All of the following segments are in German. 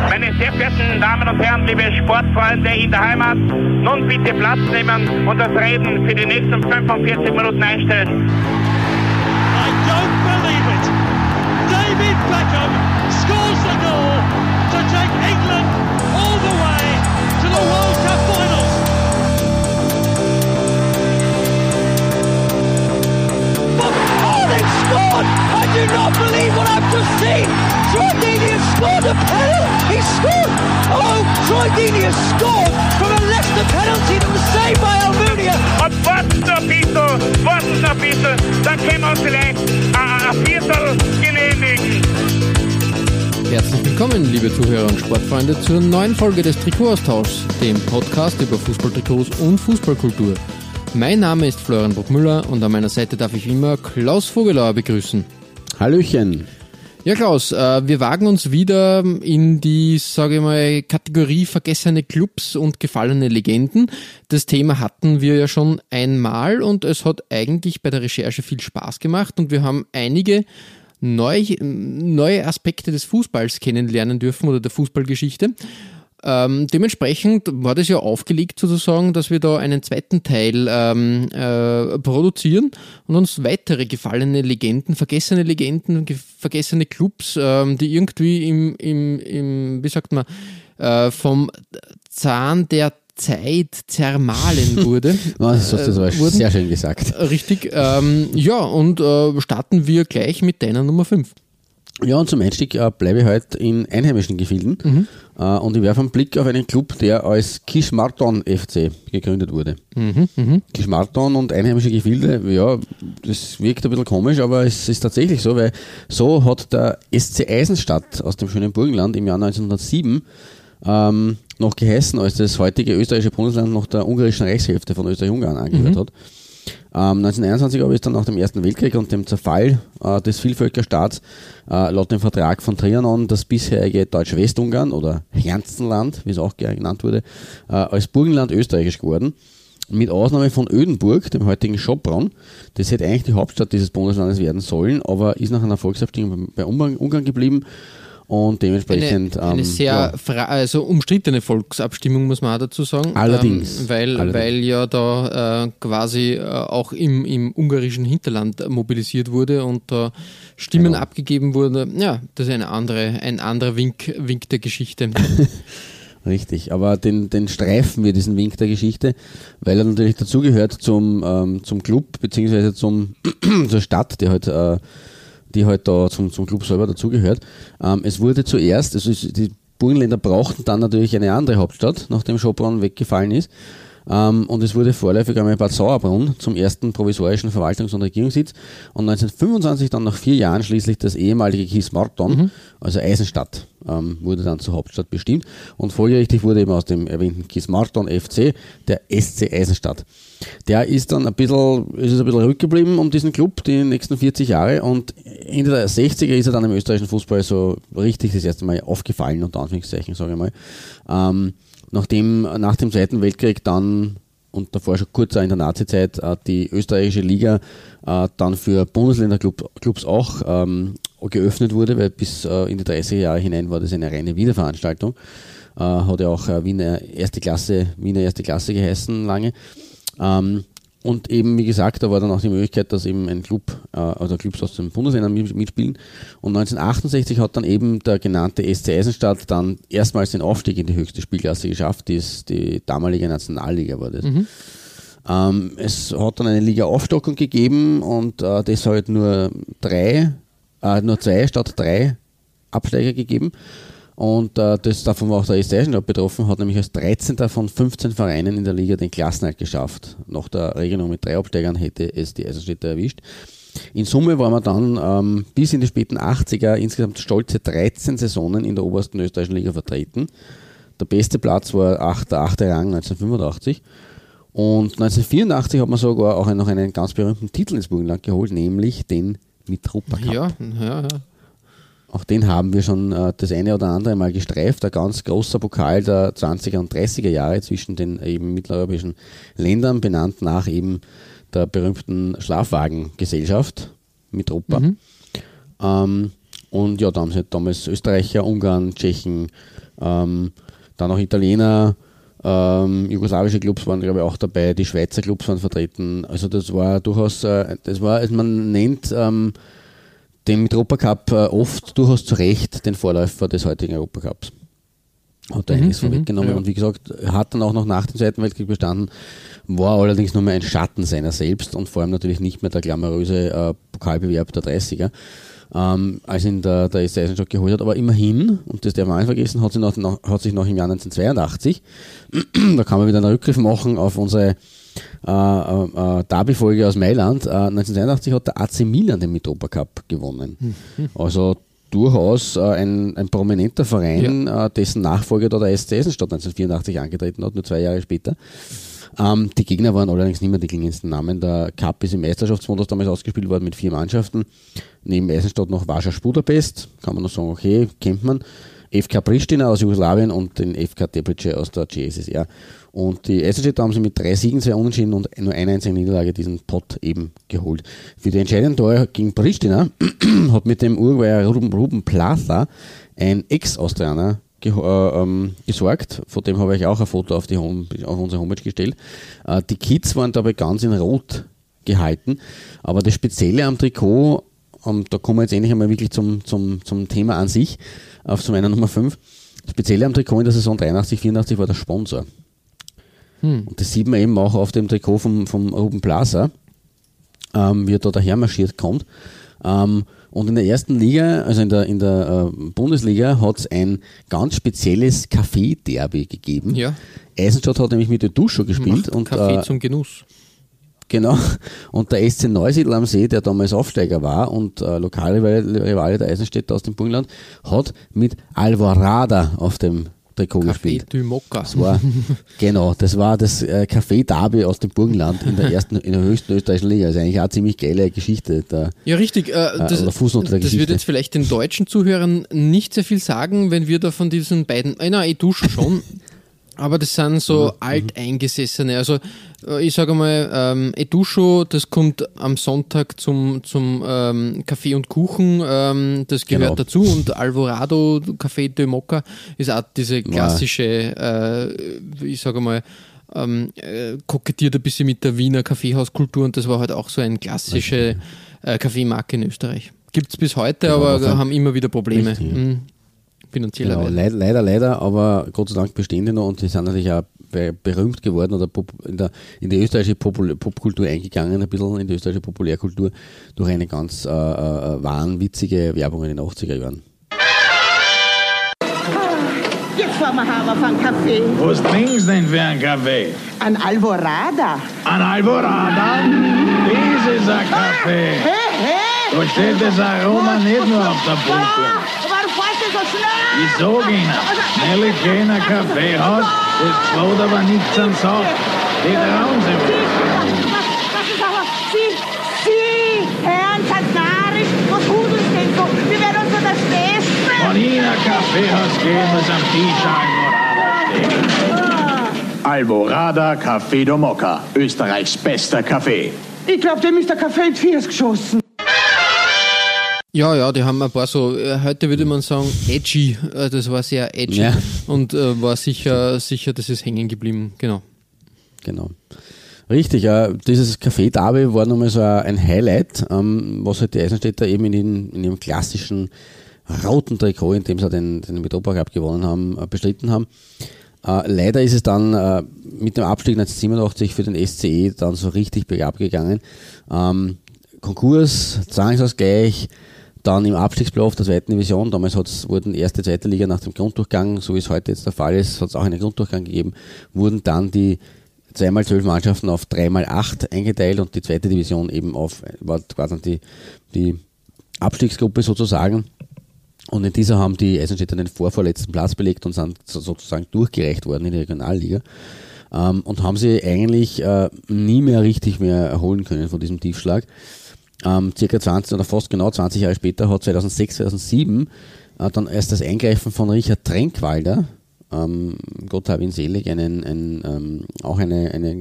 Meine sehr verehrten Damen und Herren, liebe Sportfreunde in der Heimat, nun bitte Platz nehmen und das Reden für die nächsten 45 Minuten einstellen. I don't believe it. David Beckham scores the goal to take England all the way to the World Cup finals. Oh, they've scored! I do not believe what I've just seen! Troy Deeney has scored a penalty! He scored! Oh, Troy Deeney has scored from a Leicester penalty that was saved by Almunia! Und warten noch ein bisschen, dann können wir uns vielleicht ein Viertel genehmigen. Herzlich willkommen, liebe Zuhörer und Sportfreunde, zur neuen Folge des Trikotaustauschs, dem Podcast über Fußballtrikots und Fußballkultur. Mein Name ist Florian Bruckmüller und an meiner Seite darf ich immer Klaus Vogelauer begrüßen. Hallöchen. Ja, Klaus, wir wagen uns wieder in die, sage ich mal, Kategorie vergessene Clubs und gefallene Legenden. Das Thema hatten wir ja schon einmal und es hat eigentlich bei der Recherche viel Spaß gemacht und wir haben einige neue Aspekte des Fußballs kennenlernen dürfen oder der Fußballgeschichte. Dementsprechend war das ja aufgelegt sozusagen, dass wir da einen zweiten Teil produzieren und uns weitere gefallene Legenden, vergessene Clubs, die irgendwie im wie sagt man, vom Zahn der Zeit zermahlen wurde. Das war sehr schön gesagt. Richtig. Und starten wir gleich mit deiner Nummer 5. Ja, und zum Einstieg bleibe ich heute in einheimischen Gefilden und ich werfe einen Blick auf einen Club, der als Kismarton FC gegründet wurde. Kismarton und einheimische Gefilde, ja, das wirkt ein bisschen komisch, aber es ist tatsächlich so, weil so hat der SC Eisenstadt aus dem schönen Burgenland im Jahr 1907 noch geheißen, als das heutige österreichische Bundesland noch der ungarischen Reichshälfte von Österreich-Ungarn angehört hat. 1921 aber ist dann nach dem Ersten Weltkrieg und dem Zerfall des Vielvölkerstaats laut dem Vertrag von Trianon das bisherige Deutsche Westungarn oder Herzenland, wie es auch genannt wurde, als Burgenland österreichisch geworden. Mit Ausnahme von Ödenburg, dem heutigen Sopron. Das hätte eigentlich die Hauptstadt dieses Bundeslandes werden sollen, aber ist nach einer Volksabstimmung bei Ungarn geblieben. Und dementsprechend eine sehr umstrittene Volksabstimmung, muss man auch dazu sagen. Allerdings. Weil ja da quasi auch im ungarischen Hinterland mobilisiert wurde und da Stimmen abgegeben wurden. Ja, das ist ein anderer Wink der Geschichte. Richtig, aber den streifen wir, diesen Wink der Geschichte, weil er natürlich dazugehört zum Club, beziehungsweise zur Stadt, die halt da zum Club selber dazugehört. Es wurde zuerst, die Burgenländer brauchten dann natürlich eine andere Hauptstadt, nachdem Sopron weggefallen ist. Und es wurde vorläufig einmal Bad Sauerbrunn zum ersten provisorischen Verwaltungs- und Regierungssitz und 1925 dann nach 4 Jahren schließlich das ehemalige Kismarton, also Eisenstadt, wurde dann zur Hauptstadt bestimmt und folgerichtig wurde eben aus dem erwähnten Kismarton FC der SC Eisenstadt. Der ist dann ein bisschen rückgeblieben um diesen Club die nächsten 40 Jahre und Ende der 60er ist er dann im österreichischen Fußball so richtig das erste Mal aufgefallen, unter Anführungszeichen, sage ich mal. Nachdem nach dem Zweiten Weltkrieg dann und davor schon kurz in der Nazizeit die österreichische Liga dann für Bundesländerclubs auch geöffnet wurde, weil bis in die 30er Jahre hinein war das eine reine Wiener Veranstaltung. Hat ja auch Wiener erste Klasse geheißen lange. Und eben, wie gesagt, da war dann auch die Möglichkeit, dass eben ein Club, also Clubs aus den Bundesländern mitspielen. Und 1968 hat dann eben der genannte SC Eisenstadt dann erstmals den Aufstieg in die höchste Spielklasse geschafft, die damalige Nationalliga war das. Es hat dann eine Liga-Aufstockung gegeben und deshalb nur 2 statt 3 Absteiger gegeben. Und davon war auch der SC Eisenstadt betroffen, hat nämlich als 13. von 15 Vereinen in der Liga den Klassenerhalt geschafft. Nach der Regelung mit 3 Absteigern hätte es die Eisenstädter erwischt. In Summe waren wir dann bis in die späten 80er insgesamt stolze 13 Saisonen in der obersten österreichischen Liga vertreten. Der beste Platz war der 8. Rang 1985. Und 1984 hat man sogar auch noch einen ganz berühmten Titel ins Burgenland geholt, nämlich den Mitropa Cup. Ja. Auch den haben wir schon das eine oder andere Mal gestreift. Ein ganz großer Pokal der 20er und 30er Jahre zwischen den eben mitteleuropäischen Ländern, benannt nach eben der berühmten Schlafwagengesellschaft Mitropa. Und ja, da haben sie damals Österreicher, Ungarn, Tschechen, dann auch Italiener, jugoslawische Clubs waren, glaube ich, auch dabei, die Schweizer Clubs waren vertreten. Also das war durchaus, man nennt den Mitropa-Cup oft durchaus zu Recht den Vorläufer des heutigen Europacups. Hat er einiges vorweggenommen und wie gesagt, hat dann auch noch nach dem Zweiten Weltkrieg bestanden, war allerdings nur mehr ein Schatten seiner selbst und vor allem natürlich nicht mehr der glamouröse Pokalbewerb der 30er, als ihn der SC Eisenstadt geholt hat, aber immerhin, und das darf man nicht vergessen, hat sich noch im Jahr 1982, da kann man wieder einen Rückgriff machen auf unsere Derby-Folge aus Mailand, 1982 hat der AC Milan den Mitropa-Cup gewonnen. Also durchaus ein prominenter Verein, dessen Nachfolger da der SC Eisenstadt 1984 angetreten hat, nur 2 Jahre später. Die Gegner waren allerdings nicht mehr die klingendsten Namen. Der Cup ist im Meisterschaftsmodus damals ausgespielt worden mit 4 Mannschaften. Neben Eisenstadt noch Vasas Budapest, kann man noch sagen, okay, kennt man. FK Pristina aus Jugoslawien und den FK Teplice aus der CSSR. Und die Eisenstädter haben sie mit 3 Siegen, 2 Unentschieden und nur eine einzige Niederlage diesen Pott eben geholt. Für die entscheidenden Tore gegen Pristina hat mit dem Uruguayer Ruben Plaza ein Ex-Austrianer gesorgt. Von dem habe ich auch ein Foto auf unsere Homepage gestellt. Die Kids waren dabei ganz in Rot gehalten, aber das Spezielle am Trikot, da kommen wir jetzt endlich einmal wirklich zum Thema an sich, zu meiner Nummer 5. Das Spezielle am Trikot in der Saison 83-84 war der Sponsor. Und das sieht man eben auch auf dem Trikot vom Ruben Plaza, wie er da daher marschiert kommt. Und in der ersten Liga, also in der Bundesliga, hat es ein ganz spezielles Kaffee-Derby gegeben. Ja. Eisenstadt hat nämlich mit der Dusche gespielt. Und Kaffee zum Genuss. Genau. Und der SC Neusiedl am See, der damals Aufsteiger war und Lokalrivale der Eisenstädter aus dem Burgenland, hat mit Alvorada auf dem Trikot gespielt. Café du Mokka. Das war das Café Derby aus dem Burgenland in der höchsten österreichischen Liga. Also eigentlich auch eine ziemlich geile Geschichte. Ja, richtig. Das wird jetzt vielleicht den deutschen Zuhörern nicht sehr viel sagen, wenn wir da von diesen beiden, Eduscho schon, aber das sind so alteingesessene. Also ich sage mal, Eduscho, das kommt am Sonntag zum Kaffee und Kuchen, das gehört dazu, und Alvorado, Café de Mokka, ist auch diese klassische, ich sage mal, kokettiert ein bisschen mit der Wiener Kaffeehauskultur, und das war halt auch so eine klassische Kaffeemarke in Österreich. Gibt es bis heute, aber haben immer wieder Probleme. Genau, leider, aber Gott sei Dank bestehen die noch, und die sind natürlich auch berühmt geworden oder in die österreichische Popkultur eingegangen, ein bisschen in die österreichische Populärkultur durch eine ganz wahnwitzige Werbung in den 80er Jahren. Jetzt wollen wir haben auf einen Kaffee. Was trinkst du denn für einen Kaffee? Ein Alvorada. Ein Alvorada? Das ist ein Kaffee. Da steht das Aroma nicht nur auf der Pumpe. Warum fährst du so schnell? Ich sag Ihnen, schnell gehen ein Kaffeehaus, das gefällt aber nichts an Sache. Die trauen sich was. Das ist aber... Sie, Herrn, seid narrisch. Was hudeln Sie denn so? Wir werden uns das Besten. Wenn ich in ein Kaffeehaus gehe, muss am Tisch Alvorada stehen. Alvorada Café do Mokka, Österreichs bester Kaffee. Ich glaube, dem ist der Kaffee in die Füße geschossen. Ja, die haben ein paar so, heute würde man sagen, edgy, das war sehr edgy und war sicher, das ist hängen geblieben, genau. Richtig, dieses Café Derby war nochmal so ein Highlight, was halt die Eisenstädter eben in ihrem klassischen roten Trikot, in dem sie den Mitropa Cup gewonnen haben, bestritten haben. Leider ist es dann mit dem Abstieg 1987 für den SCE dann so richtig bergab gegangen. Konkurs, Zwangsauskgleich, dann im Abstiegsplayoff der 2. Division, damals wurden erste, zweite Liga nach dem Grunddurchgang, so wie es heute jetzt der Fall ist, hat es auch einen Grunddurchgang gegeben, wurden dann die 2x12 Mannschaften auf 3x8 eingeteilt und die 2. Division eben war quasi die Abstiegsgruppe sozusagen. Und in dieser haben die Eisenstädter den vorvorletzten Platz belegt und sind sozusagen durchgereicht worden in die Regionalliga. Und haben sie eigentlich nie mehr richtig erholen können von diesem Tiefschlag. Circa 20 oder fast genau 20 Jahre später hat 2006, 2007 dann erst das Eingreifen von Richard Trenkwalder, Gott hab ihn selig, auch eine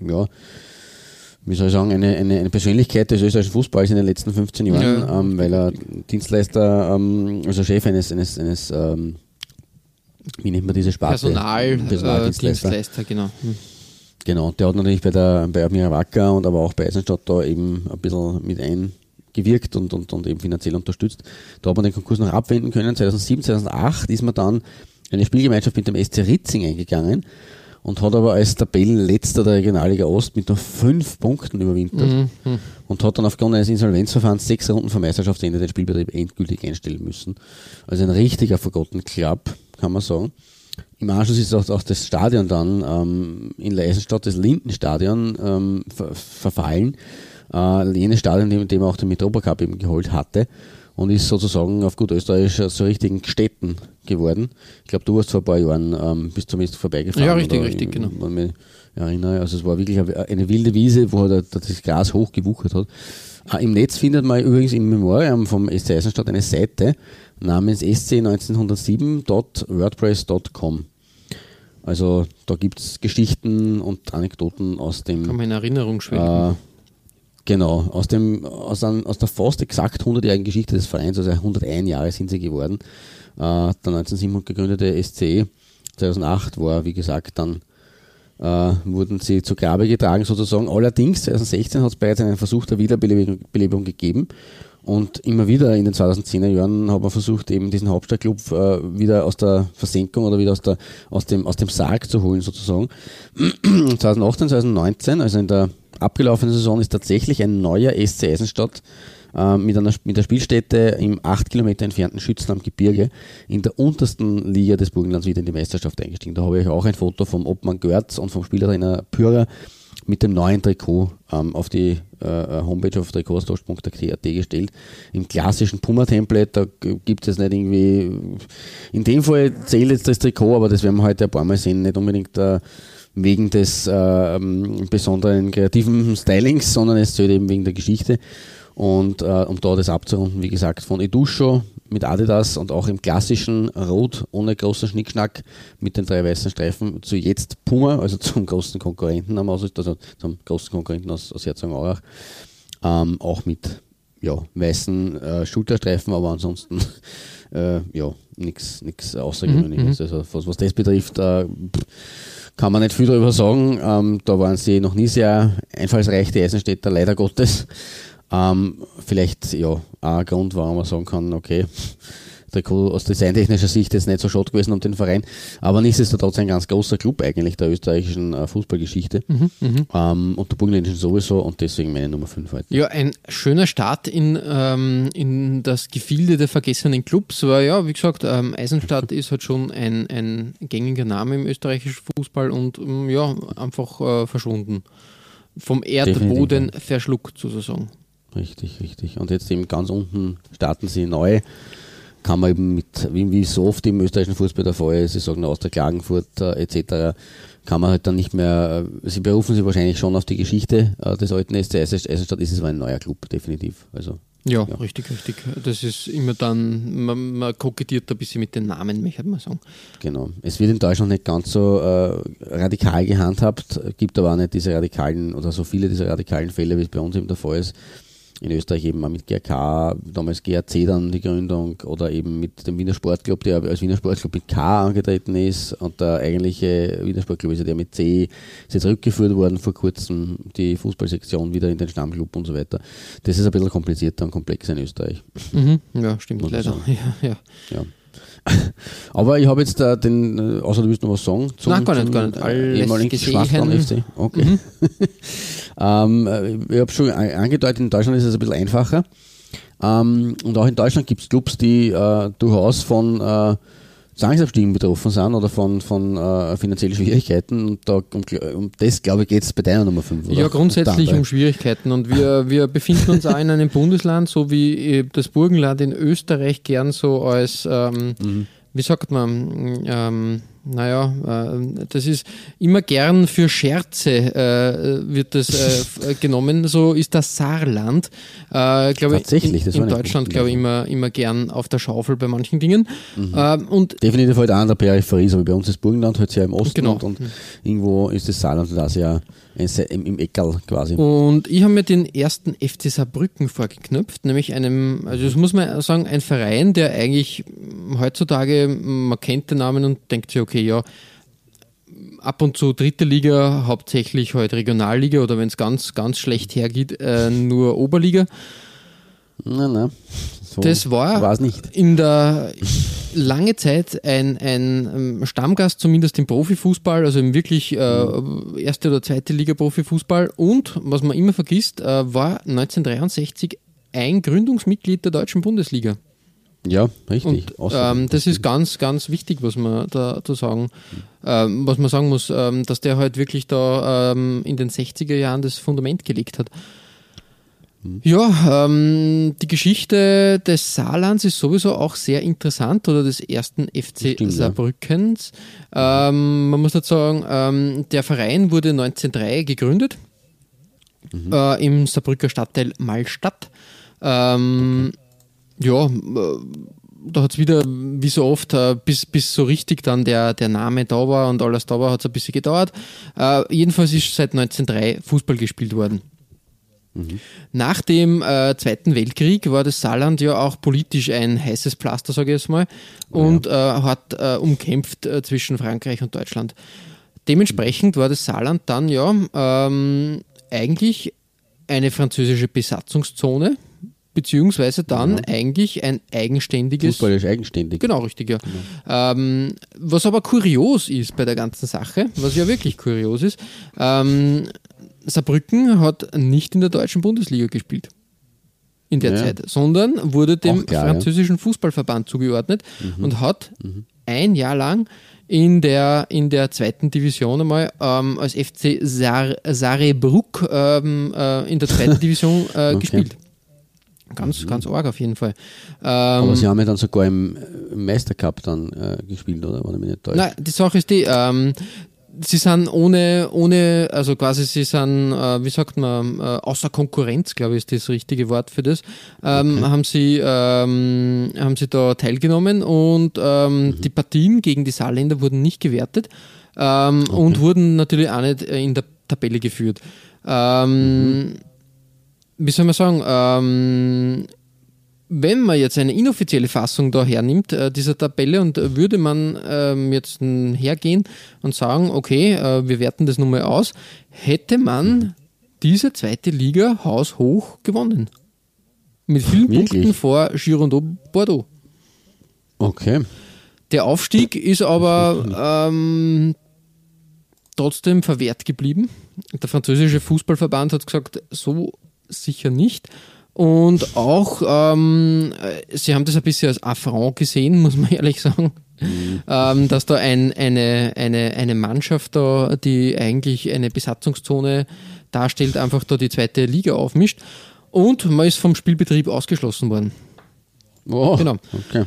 Persönlichkeit des österreichischen Fußballs in den letzten 15 Jahren, weil er Dienstleister, also Chef eines wie nennt man diese Sparte? Personaldienstleister, genau. Genau, der hat natürlich bei Admira Wacker und aber auch bei Eisenstadt da eben ein bisschen mit eingewirkt und eben finanziell unterstützt. Da hat man den Konkurs noch abwenden können. 2007, 2008 ist man dann eine Spielgemeinschaft mit dem SC Ritzing eingegangen und hat aber als Tabellenletzter der Regionalliga Ost mit nur 5 Punkten überwintert und hat dann aufgrund eines Insolvenzverfahrens 6 Runden vor Meisterschaftsende den Spielbetrieb endgültig einstellen müssen. Also ein richtiger Forgotten Club, kann man sagen. Im Anschluss ist auch das Stadion dann in Eisenstadt, das Lindenstadion, verfallen. Jenes Stadion, in dem er auch den Metropocup eben geholt hatte. Und ist sozusagen auf gut Österreichisch so richtigen Städten geworden. Ich glaube, du warst vor ein paar Jahren bist zumindest vorbeigefahren. Ja, richtig, genau. Wenn ich mich erinnere, also es war wirklich eine wilde Wiese, wo das Gras hoch gewuchert hat. Im Netz findet man übrigens im Memoriam vom SC Eisenstadt eine Seite namens sc1907.wordpress.com. Also da gibt es Geschichten und Anekdoten aus dem... Kann man in Erinnerung schwelgen. Genau, aus der fast exakt 100-jährigen Geschichte des Vereins, also 101 Jahre sind sie geworden. Der 1907 gegründete SC 2008 war, wie gesagt, dann wurden sie zu Grabe getragen sozusagen. Allerdings 2016 hat es bereits einen Versuch der Wiederbelebung gegeben und immer wieder in den 2010er Jahren hat man versucht, eben diesen Hauptstadtclub wieder aus der Versenkung oder wieder aus dem Sarg zu holen sozusagen. 2018, 2019, also in der abgelaufenen Saison, ist tatsächlich ein neuer SC Eisenstadt mit der Spielstätte im 8 Kilometer entfernten Schützen am Gebirge in der untersten Liga des Burgenlands wieder in die Meisterschaft eingestiegen. Da habe ich auch ein Foto vom Obmann Görz und vom Spielertrainer Pürer mit dem neuen Trikot auf die Homepage auf trikotstausch.at gestellt. Im klassischen Puma-Template, da gibt es nicht irgendwie, in dem Fall zählt jetzt das Trikot, aber das werden wir heute ein paar Mal sehen, nicht unbedingt wegen des besonderen kreativen Stylings, sondern es zählt eben wegen der Geschichte. Und um da das abzurunden, wie gesagt, von Eduscho mit Adidas und auch im klassischen Rot ohne großen Schnickschnack mit den 3 weißen Streifen zu jetzt Puma, also zum großen Konkurrenten aus Herzogenaurach, auch mit weißen Schulterstreifen, aber ansonsten nichts Außergewöhnliches. Also was das betrifft, kann man nicht viel darüber sagen. Da waren sie noch nie sehr einfallsreich, die Eisenstädter, leider Gottes. Vielleicht ein Grund, warum man sagen kann, okay, Trikot aus designtechnischer Sicht ist nicht so schade gewesen um den Verein, aber nichtsdestotrotz ein ganz großer Club eigentlich der österreichischen Fußballgeschichte und der Burgenländischen sowieso und deswegen meine Nummer 5 heute. Ja, ein schöner Start in das Gefilde der vergessenen Clubs, weil wie gesagt, Eisenstadt ist halt schon ein gängiger Name im österreichischen Fußball und einfach verschwunden. Vom Erdboden verschluckt sozusagen. Richtig. Und jetzt eben ganz unten starten sie neu. Kann man eben wie so oft im österreichischen Fußball der Fall ist, sie sagen aus der Klagenfurt etc., kann man halt dann nicht mehr, sie berufen sich wahrscheinlich schon auf die Geschichte des alten SC Eisenstadt, ist es aber ein neuer Club, definitiv. Also, ja, richtig. Das ist immer dann, man kokettiert ein bisschen mit den Namen, möchte man sagen. Genau. Es wird in Deutschland nicht ganz so radikal gehandhabt, gibt aber auch nicht diese radikalen oder so viele dieser radikalen Fälle, wie es bei uns eben der Fall ist. In Österreich eben auch mit GRK, damals GRC dann die Gründung oder eben mit dem Wiener Sportclub, der als Wiener Sportclub mit K angetreten ist und der eigentliche Wiener Sportclub ist ja der mit C, ist jetzt rückgeführt worden vor kurzem, die Fußballsektion wieder in den Stammclub und so weiter. Das ist ein bisschen komplizierter und komplexer in Österreich. Ja, stimmt, leider. Ja. Aber ich habe jetzt außer du willst noch was sagen? Nein, gar nicht. Ehemaligen Schwarzbahn FC. Okay. Ich habe schon angedeutet, in Deutschland ist es ein bisschen einfacher. Und auch in Deutschland gibt es Clubs, die durchaus von Zwangsabstiegen betroffen sind oder von finanziellen Schwierigkeiten. Und um das, glaube ich, geht es bei deiner Nummer 5. Oder? Ja, grundsätzlich um Schwierigkeiten. Und wir befinden uns auch in einem Bundesland, so wie das Burgenland in Österreich gern so als, wie sagt man, Das ist immer gern für Scherze wird das genommen. So ist das Saarland, glaube ich, in Deutschland, glaube ich, immer gern auf der Schaufel bei manchen Dingen. Und definitiv halt auch an der Peripherie, so wie bei uns ist Burgenland halt sehr im Osten, genau. und irgendwo ist das Saarland da sehr im Eckerl quasi. Und ich habe mir den ersten FC Saarbrücken vorgeknöpft, nämlich das muss man sagen, ein Verein, der eigentlich heutzutage, man kennt den Namen und denkt sich, okay, ja, ab und zu dritte Liga, hauptsächlich halt Regionalliga oder wenn es ganz, ganz schlecht hergeht, nur Oberliga. Nein. So das war nicht. In der lange Zeit ein Stammgast, zumindest im Profifußball, also im wirklich erste oder zweite Liga Profifußball. Und, was man immer vergisst, war 1963 ein Gründungsmitglied der Deutschen Bundesliga. Ja, richtig. Und, das ist ganz, ganz wichtig, was man dazu sagen, was man sagen muss, dass der halt wirklich da in den 60er Jahren das Fundament gelegt hat. Ja, die Geschichte des Saarlands ist sowieso auch sehr interessant, oder des ersten FC Saarbrückens. Man muss dazu sagen, der Verein wurde 1903 gegründet, im Saarbrücker Stadtteil Malstadt. Da hat es wieder, wie so oft, bis so richtig dann der Name da war und alles da war, hat es ein bisschen gedauert. Jedenfalls ist seit 1903 Fußball gespielt worden. Nach dem Zweiten Weltkrieg war das Saarland ja auch politisch ein heißes Pflaster, sage ich jetzt mal, und hat umkämpft zwischen Frankreich und Deutschland. Dementsprechend war das Saarland dann eigentlich eine französische Besatzungszone, beziehungsweise dann eigentlich ein eigenständiges... Fußballisch eigenständig. Genau, richtig, ja. Was aber kurios ist bei der ganzen Sache, was ja wirklich kurios ist, Saarbrücken hat nicht in der deutschen Bundesliga gespielt in der Zeit, sondern wurde dem französischen Fußballverband zugeordnet und hat ein Jahr lang in der zweiten Division einmal als FC Saarbrück in der zweiten Division gespielt. Ganz arg auf jeden Fall. Aber sie haben ja dann sogar im Meistercup dann gespielt, oder? War ich mich nicht täuscht? Nein, die Sache ist die, sie sind also quasi sie sind, wie sagt man, außer Konkurrenz, glaube ich, ist das richtige Wort für das, haben sie da teilgenommen und die Partien gegen die Saarländer wurden nicht gewertet und wurden natürlich auch nicht in der Tabelle geführt. Wie soll man sagen, wenn man jetzt eine inoffizielle Fassung da hernimmt, dieser Tabelle, und würde man jetzt hergehen und sagen, okay, wir werten das nun mal aus, hätte man diese zweite Liga haushoch gewonnen. Mit vielen Punkten vor Girondins Bordeaux. Okay. Der Aufstieg ist aber trotzdem verwehrt geblieben. Der französische Fußballverband hat gesagt, so sicher nicht. Und auch, sie haben das ein bisschen als Affront gesehen, muss man ehrlich sagen, dass da eine Mannschaft da, die eigentlich eine Besatzungszone darstellt, einfach da die zweite Liga aufmischt. Und man ist vom Spielbetrieb ausgeschlossen worden. Oh, genau. Okay.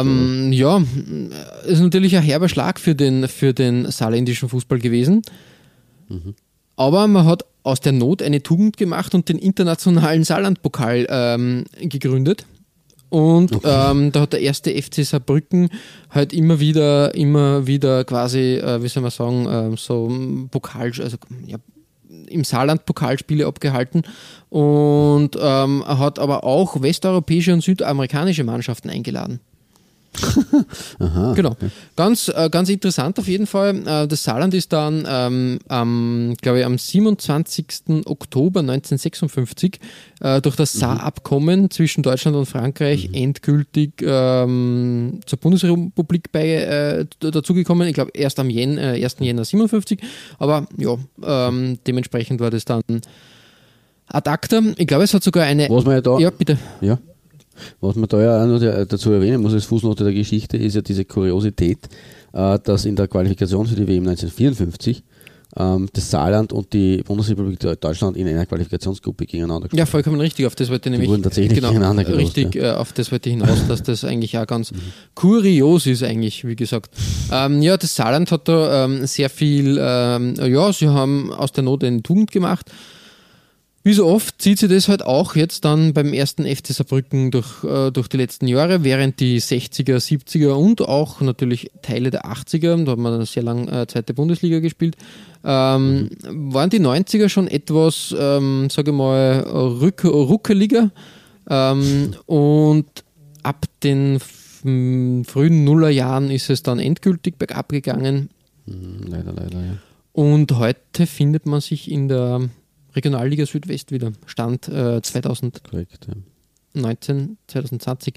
Ist natürlich ein herber Schlag für den saarländischen Fußball gewesen. Aber man hat aus der Not eine Tugend gemacht und den internationalen Saarlandpokal gegründet. Und da hat der erste FC Saarbrücken halt immer wieder quasi, wie soll man sagen, so Pokal, also ja, im Saarland Pokalspiele abgehalten und hat aber auch westeuropäische und südamerikanische Mannschaften eingeladen. Aha. Genau. Ganz interessant auf jeden Fall. Das Saarland ist dann, glaube ich, am 27. Oktober 1956 durch das Saarabkommen zwischen Deutschland und Frankreich endgültig zur Bundesrepublik dazugekommen. Ich glaube, erst am 1. Jänner 57. Aber ja, dementsprechend war das dann ad acta. Ich glaube, es hat sogar eine... Was man ja da... Ja, bitte. Ja. Was man da ja auch noch dazu erwähnen muss als Fußnote der Geschichte, ist ja diese Kuriosität, dass in der Qualifikation für die WM 1954 das Saarland und die Bundesrepublik Deutschland in einer Qualifikationsgruppe gegeneinander gespielt. Ja, vollkommen richtig. Auf das wollte ich nämlich. Die wurden tatsächlich gegeneinander gelost, richtig, auf das wollte ich hinaus, dass das eigentlich auch ganz kurios ist, eigentlich, wie gesagt. Ja, das Saarland hat da sehr viel, sie haben aus der Not eine Tugend gemacht. Wie so oft zieht sich das halt auch jetzt dann beim ersten FC Saarbrücken durch die letzten Jahre, während die 60er, 70er und auch natürlich Teile der 80er, da hat man dann sehr lang zweite Bundesliga gespielt, waren die 90er schon etwas, sage ich mal, ruckeliger, und ab den frühen Nullerjahren ist es dann endgültig bergab gegangen. Leider, ja. Und heute findet man sich in der Regionalliga Südwest wieder. Stand 2019, Korrekt, ja. 2020.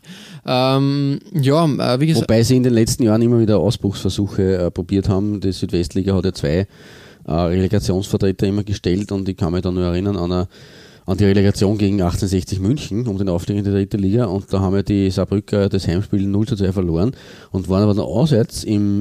Wie gesagt. Wobei sie in den letzten Jahren immer wieder Ausbruchsversuche probiert haben. Die Südwestliga hat ja 2 Relegationsvertreter immer gestellt und ich kann mich da nur erinnern an die Relegation gegen 1860 München um den Aufstieg in die 3. Liga, und da haben ja die Saarbrücker das Heimspiel 0:2 verloren und waren aber dann auswärts im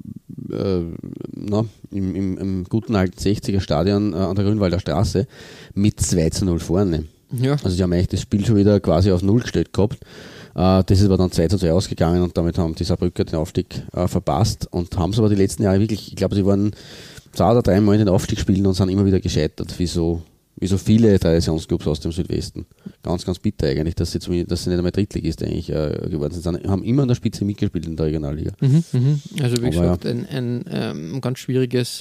guten alten 60er Stadion an der Grünwalder Straße mit 2:0 vorne. Ja. Also sie haben eigentlich das Spiel schon wieder quasi auf 0 gestellt gehabt. Das ist aber dann 2:2 ausgegangen und damit haben die Saarbrücker den Aufstieg verpasst und haben es aber die letzten Jahre wirklich, ich glaube, sie waren 2 oder 3 Mal in den Aufstiegsspielen und sind immer wieder gescheitert, wie so viele Traditionsclubs aus dem Südwesten. Ganz, ganz bitter eigentlich, dass sie nicht einmal Drittligist eigentlich geworden sind. Haben immer an der Spitze mitgespielt in der Regionalliga. Also wie gesagt, ein ganz schwieriges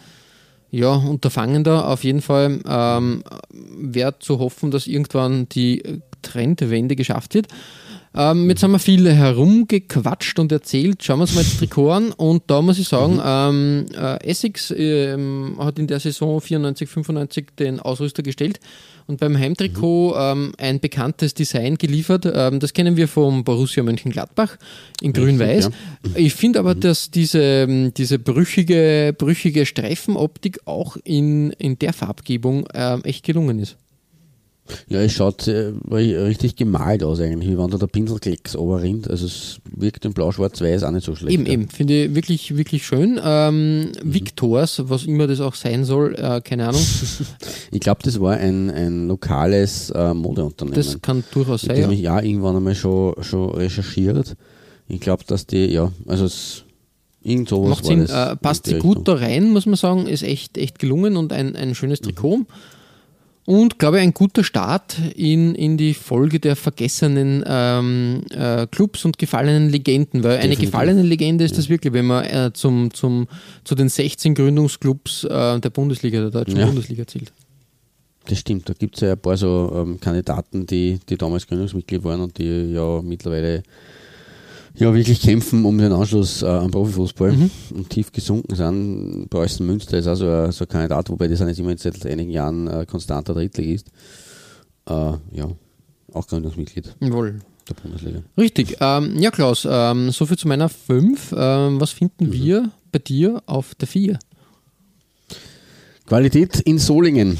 Unterfangen da. Auf jeden Fall wäre zu hoffen, dass irgendwann die Trendwende geschafft wird. Jetzt haben wir viel herumgequatscht und erzählt. Schauen wir uns mal das Trikot an. Und da muss ich sagen, Essex hat in der Saison 94-95 den Ausrüster gestellt und beim Heimtrikot ein bekanntes Design geliefert. Das kennen wir vom Borussia Mönchengladbach in grün-weiß. Ja. Ich finde aber, dass diese brüchige Streifenoptik auch in der Farbgebung echt gelungen ist. Ja, es schaut richtig gemalt aus eigentlich, wie wenn da der Pinselklecks runterrinnt. Also es wirkt in blau-schwarz-weiß auch nicht so schlecht. Eben, finde ich wirklich, wirklich schön. Victors, was immer das auch sein soll, keine Ahnung. Ich glaube, das war ein lokales Modeunternehmen. Das kann durchaus sein. Ich habe mich ja irgendwann einmal schon recherchiert. Ich glaube, dass die, irgend sowas macht Sinn, passt sie gut Richtung da rein, muss man sagen, ist echt gelungen und ein schönes Trikot. Und, glaube ich, ein guter Start in die Folge der vergessenen Clubs und gefallenen Legenden. Weil eine gefallene Legende ist das wirklich, wenn man zu den 16 Gründungsclubs der Bundesliga, der deutschen Bundesliga zählt. Das stimmt, da gibt es ja ein paar so Kandidaten, die damals Gründungsmitglied waren und die ja mittlerweile wirklich kämpfen um den Anschluss am Profifußball und tief gesunken sind. Preußen Münster ist auch so ein Kandidat, wobei die sind jetzt immer seit einigen Jahren konstanter Drittligist. Auch Gründungsmitglied Jawohl. der Bundesliga. Richtig. Klaus, soviel zu meiner 5. Was finden wir bei dir auf der 4? Qualität in Solingen.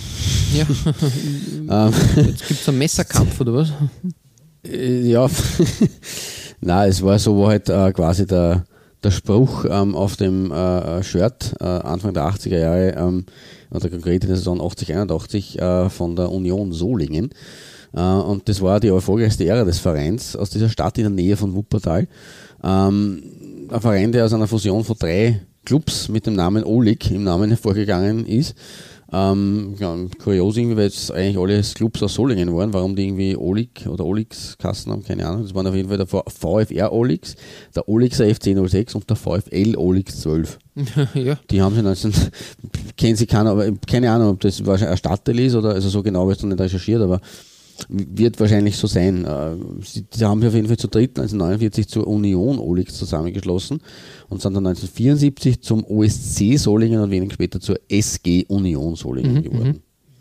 Ja. Jetzt gibt es einen Messerkampf, oder was? Ja. Nein, es war halt quasi der Spruch auf dem Shirt Anfang der 80er Jahre oder konkret in der Saison 80-81 von der Union Solingen. Und das war die erfolgreichste Ära des Vereins aus dieser Stadt in der Nähe von Wuppertal. Ein Verein, der aus einer Fusion von 3 Clubs mit dem Namen Olig im Namen hervorgegangen ist. Kurios irgendwie, weil es eigentlich alle Clubs aus Solingen waren, warum die irgendwie Olig oder Olix-Kassen haben, keine Ahnung. Das waren auf jeden Fall der VfR Olix, der Olixer FC 06 und der VfL Olix 12. Ja. Die haben sie kennen sie keiner, aber keine Ahnung, ob das ein Stadtteil ist oder, also so genau habe ich es noch nicht recherchiert, aber wird wahrscheinlich so sein. Sie haben sich auf jeden Fall zu dritt 1949 zur Union Olix zusammengeschlossen und sind dann 1974 zum OSC Solingen und wenig später zur SG Union Solingen geworden.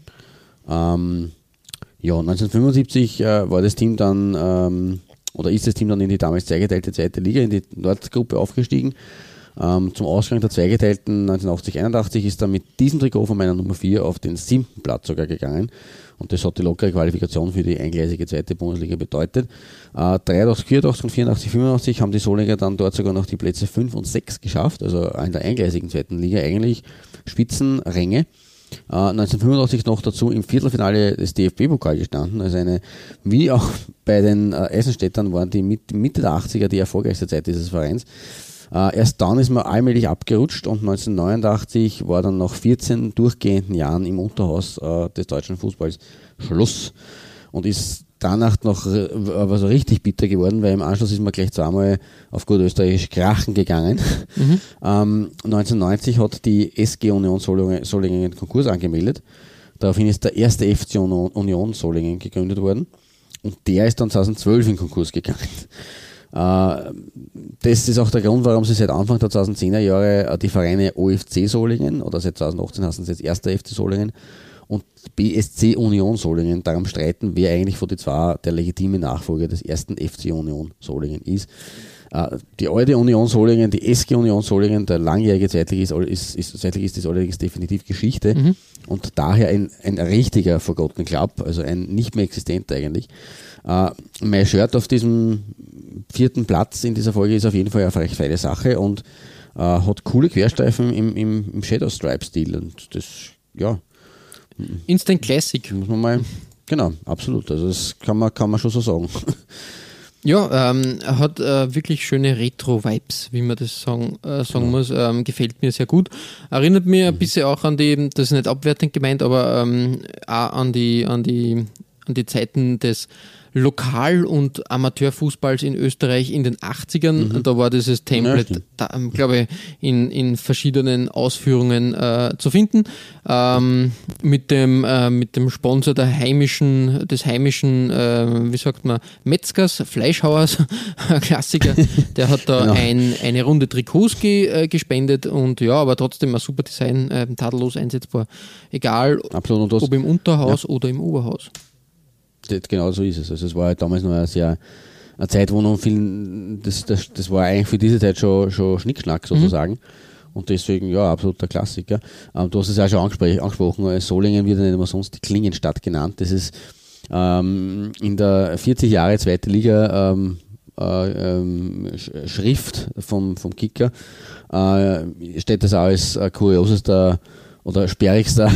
1975 war das Team dann, oder ist das Team dann in die damals zweigeteilte 2. Liga, in die Nordgruppe aufgestiegen Zum Ausgang der zweigeteilten 1980-81 ist er mit diesem Trikot von meiner Nummer 4 auf den 7. Platz sogar gegangen. Und das hat die lockere Qualifikation für die eingleisige zweite Bundesliga bedeutet. 83, 84 und 84, 85 haben die Solinger dann dort sogar noch die Plätze 5 und 6 geschafft. Also in der eingleisigen zweiten Liga eigentlich Spitzenränge. 1985 noch dazu im Viertelfinale des DFB-Pokal gestanden. Also wie auch bei den Eisenstädtern waren die Mitte der 80er die erfolgreichste Zeit dieses Vereins. Erst dann ist man allmählich abgerutscht und 1989 war dann nach 14 durchgehenden Jahren im Unterhaus des deutschen Fußballs Schluss und ist danach noch aber so richtig bitter geworden, weil im Anschluss ist man gleich zweimal auf gut österreichisch krachen gegangen. 1990 hat die SG Union Solingen einen Konkurs angemeldet. Daraufhin ist der erste FC Union Solingen gegründet worden und der ist dann 2012 in Konkurs gegangen. Das ist auch der Grund, warum sie seit Anfang der 2010er Jahre die Vereine OFC Solingen oder seit 2018 heißen sie jetzt erster FC Solingen und BSC Union Solingen darum streiten, wer eigentlich von den zwei der legitime Nachfolger des ersten FC Union Solingen ist. Die alte Union Solingen, die SG Union Solingen, der langjährige Zweitligist ist allerdings definitiv Geschichte und daher ein richtiger Forgotten Club, also ein nicht mehr existenter eigentlich. Mein Shirt auf diesem 4. Platz in dieser Folge ist auf jeden Fall eine recht feine Sache und hat coole Querstreifen im Shadow Stripe-Stil und das, ja. Instant Classic. Muss man mal, genau, absolut. Also das kann man schon so sagen. Ja, er hat wirklich schöne Retro-Vibes, wie man das sagen muss. Gefällt mir sehr gut. Erinnert mir ein bisschen auch an die, das ist nicht abwertend gemeint, aber auch an die Zeiten des Lokal- und Amateurfußballs in Österreich in den 80ern. Da war dieses Template, glaube ich, in verschiedenen Ausführungen zu finden. Mit dem Sponsor des heimischen, wie sagt man, Metzgers, Fleischhauers, Klassiker. Der hat da eine Runde Trikots gespendet und ja, aber trotzdem ein super Design, tadellos einsetzbar. Egal, absolut, ob im Unterhaus oder im Oberhaus. Genau so ist es. Also es war halt damals noch eine Zeit, wo noch viel, das war eigentlich für diese Zeit schon Schnickschnack sozusagen. Und deswegen, ja, absoluter Klassiker. Du hast es auch schon angesprochen, Solingen wird ja nicht immer sonst die Klingenstadt genannt. Das ist in der 40 Jahre zweite Liga Schrift vom Kicker steht das auch als kuriosester oder sperrigster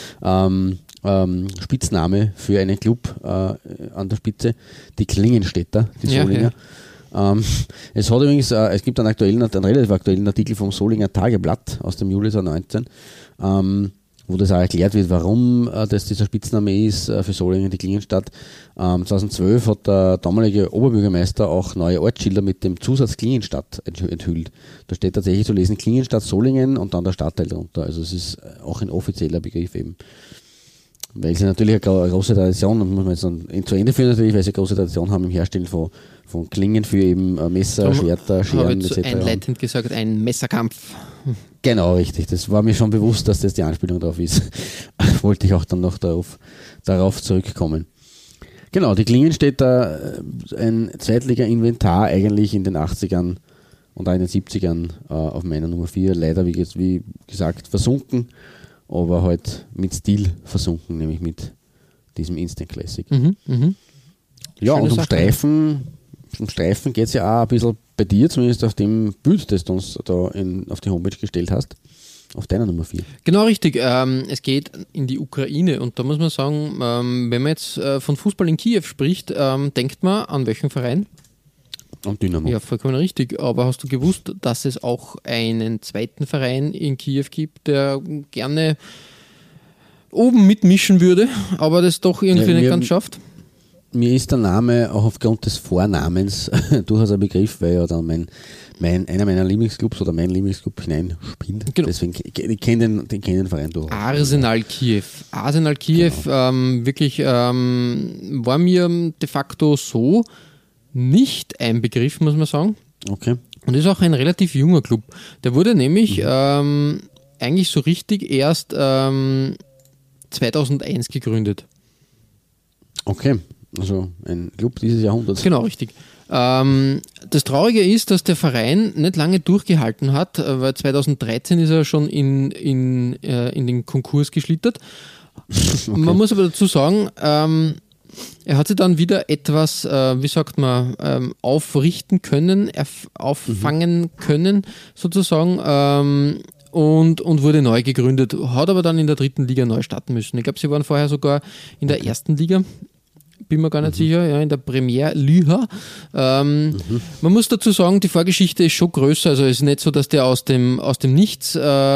Spitzname für einen Club an der Spitze, die Klingenstädter, die Solinger. Ja. Es hat übrigens, es gibt einen relativ aktuellen Artikel vom Solinger Tageblatt aus dem Juli 2019, wo das auch erklärt wird, warum das dieser Spitzname ist für Solingen, die Klingenstadt. 2012 hat der damalige Oberbürgermeister auch neue Ortsschilder mit dem Zusatz Klingenstadt enthüllt. Da steht tatsächlich zu lesen Klingenstadt Solingen und dann der Stadtteil darunter. Also es ist auch ein offizieller Begriff eben. Weil sie natürlich eine große Tradition, das muss man jetzt dann zu Ende führen natürlich, weil sie eine große Tradition haben im Herstellen von Klingen für eben Messer, Schwerter, Scheren etc. Einleitend gesagt, ein Messerkampf. Genau, richtig. Das war mir schon bewusst, dass das die Anspielung drauf ist. Wollte ich auch dann noch darauf zurückkommen. Genau, die Klingenstädter, ein Zweitliga-Inventar eigentlich in den 80ern und auch in den 70ern auf meiner Nummer 4. Leider, wie gesagt, versunken. Aber halt mit Stil versunken, nämlich mit diesem Instant Classic. Ja, schöne und um Streifen geht es ja auch ein bisschen bei dir, zumindest auf dem Bild, das du uns da auf die Homepage gestellt hast, auf deiner Nummer 4. Genau, richtig. Es geht in die Ukraine und da muss man sagen, wenn man jetzt von Fußball in Kiew spricht, denkt man an welchen Verein? Und Dynamo. Ja, vollkommen richtig. Aber hast du gewusst, dass es auch einen zweiten Verein in Kiew gibt, der gerne oben mitmischen würde, aber das doch irgendwie nicht ganz schafft? Mir ist der Name auch aufgrund des Vornamens durchaus ein Begriff, weil ja dann einer meiner Lieblingsclubs oder mein Lieblingsclub hineinspinnt. Genau. Deswegen ich kenne den Verein durch. Arsenal Kiew. Genau. Wirklich war mir de facto so nicht ein Begriff, muss man sagen. Okay. Und ist auch ein relativ junger Club. Der wurde nämlich eigentlich so richtig erst 2001 gegründet. Okay, also ein Club dieses Jahrhunderts. Genau, richtig. Das Traurige ist, dass der Verein nicht lange durchgehalten hat, weil 2013 ist er schon in den Konkurs geschlittert. Okay. Man muss aber dazu sagen, er hat sich dann wieder etwas, aufrichten können, auffangen können, sozusagen, und wurde neu gegründet, hat aber dann in der 3. Liga neu starten müssen. Ich glaube, sie waren vorher sogar in der 1. Liga, bin mir gar nicht sicher, ja, in der Premier Liga. Man muss dazu sagen, die Vorgeschichte ist schon größer, also es ist nicht so, dass der aus dem Nichts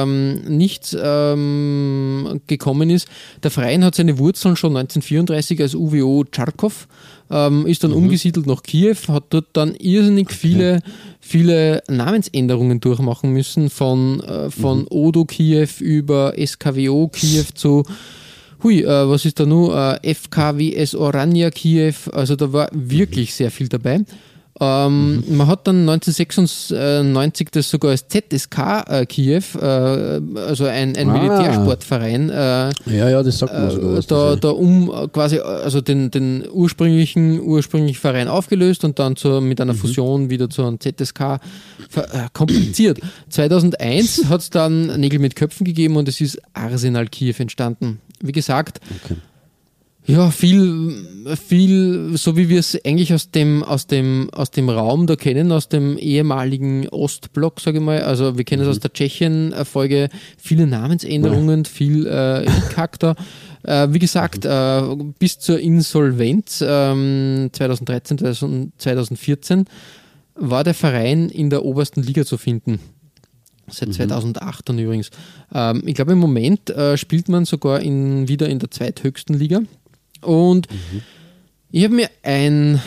gekommen ist. Der Verein hat seine Wurzeln schon 1934 als UWO Charkow, ist dann umgesiedelt nach Kiew, hat dort dann irrsinnig viele Namensänderungen durchmachen müssen, von Odo Kiew über SKWO Kiew zu was ist da nur? FKWS Orania Kiew, also da war wirklich sehr viel dabei. Man hat dann 1996 das sogar als ZSK Kiew, also ein Militärsportverein, das sagt man sogar. Quasi also den ursprünglichen Verein aufgelöst und dann mit einer Fusion wieder zu einem ZSK kompliziert. 2001 hat es dann Nägel mit Köpfen gegeben und es ist Arsenal Kiew entstanden. Wie gesagt, ja, viel, so wie wir es eigentlich aus dem Raum da kennen, aus dem ehemaligen Ostblock, sage ich mal. Also wir kennen es aus der Tschechien-Folge, viele Namensänderungen, viel Hickhack da. Wie gesagt, bis zur Insolvenz 2013, 2014 war der Verein in der obersten Liga zu finden. Seit 2008 dann übrigens. Ich glaube, im Moment spielt man sogar wieder in der zweithöchsten Liga. Und ich habe mir ein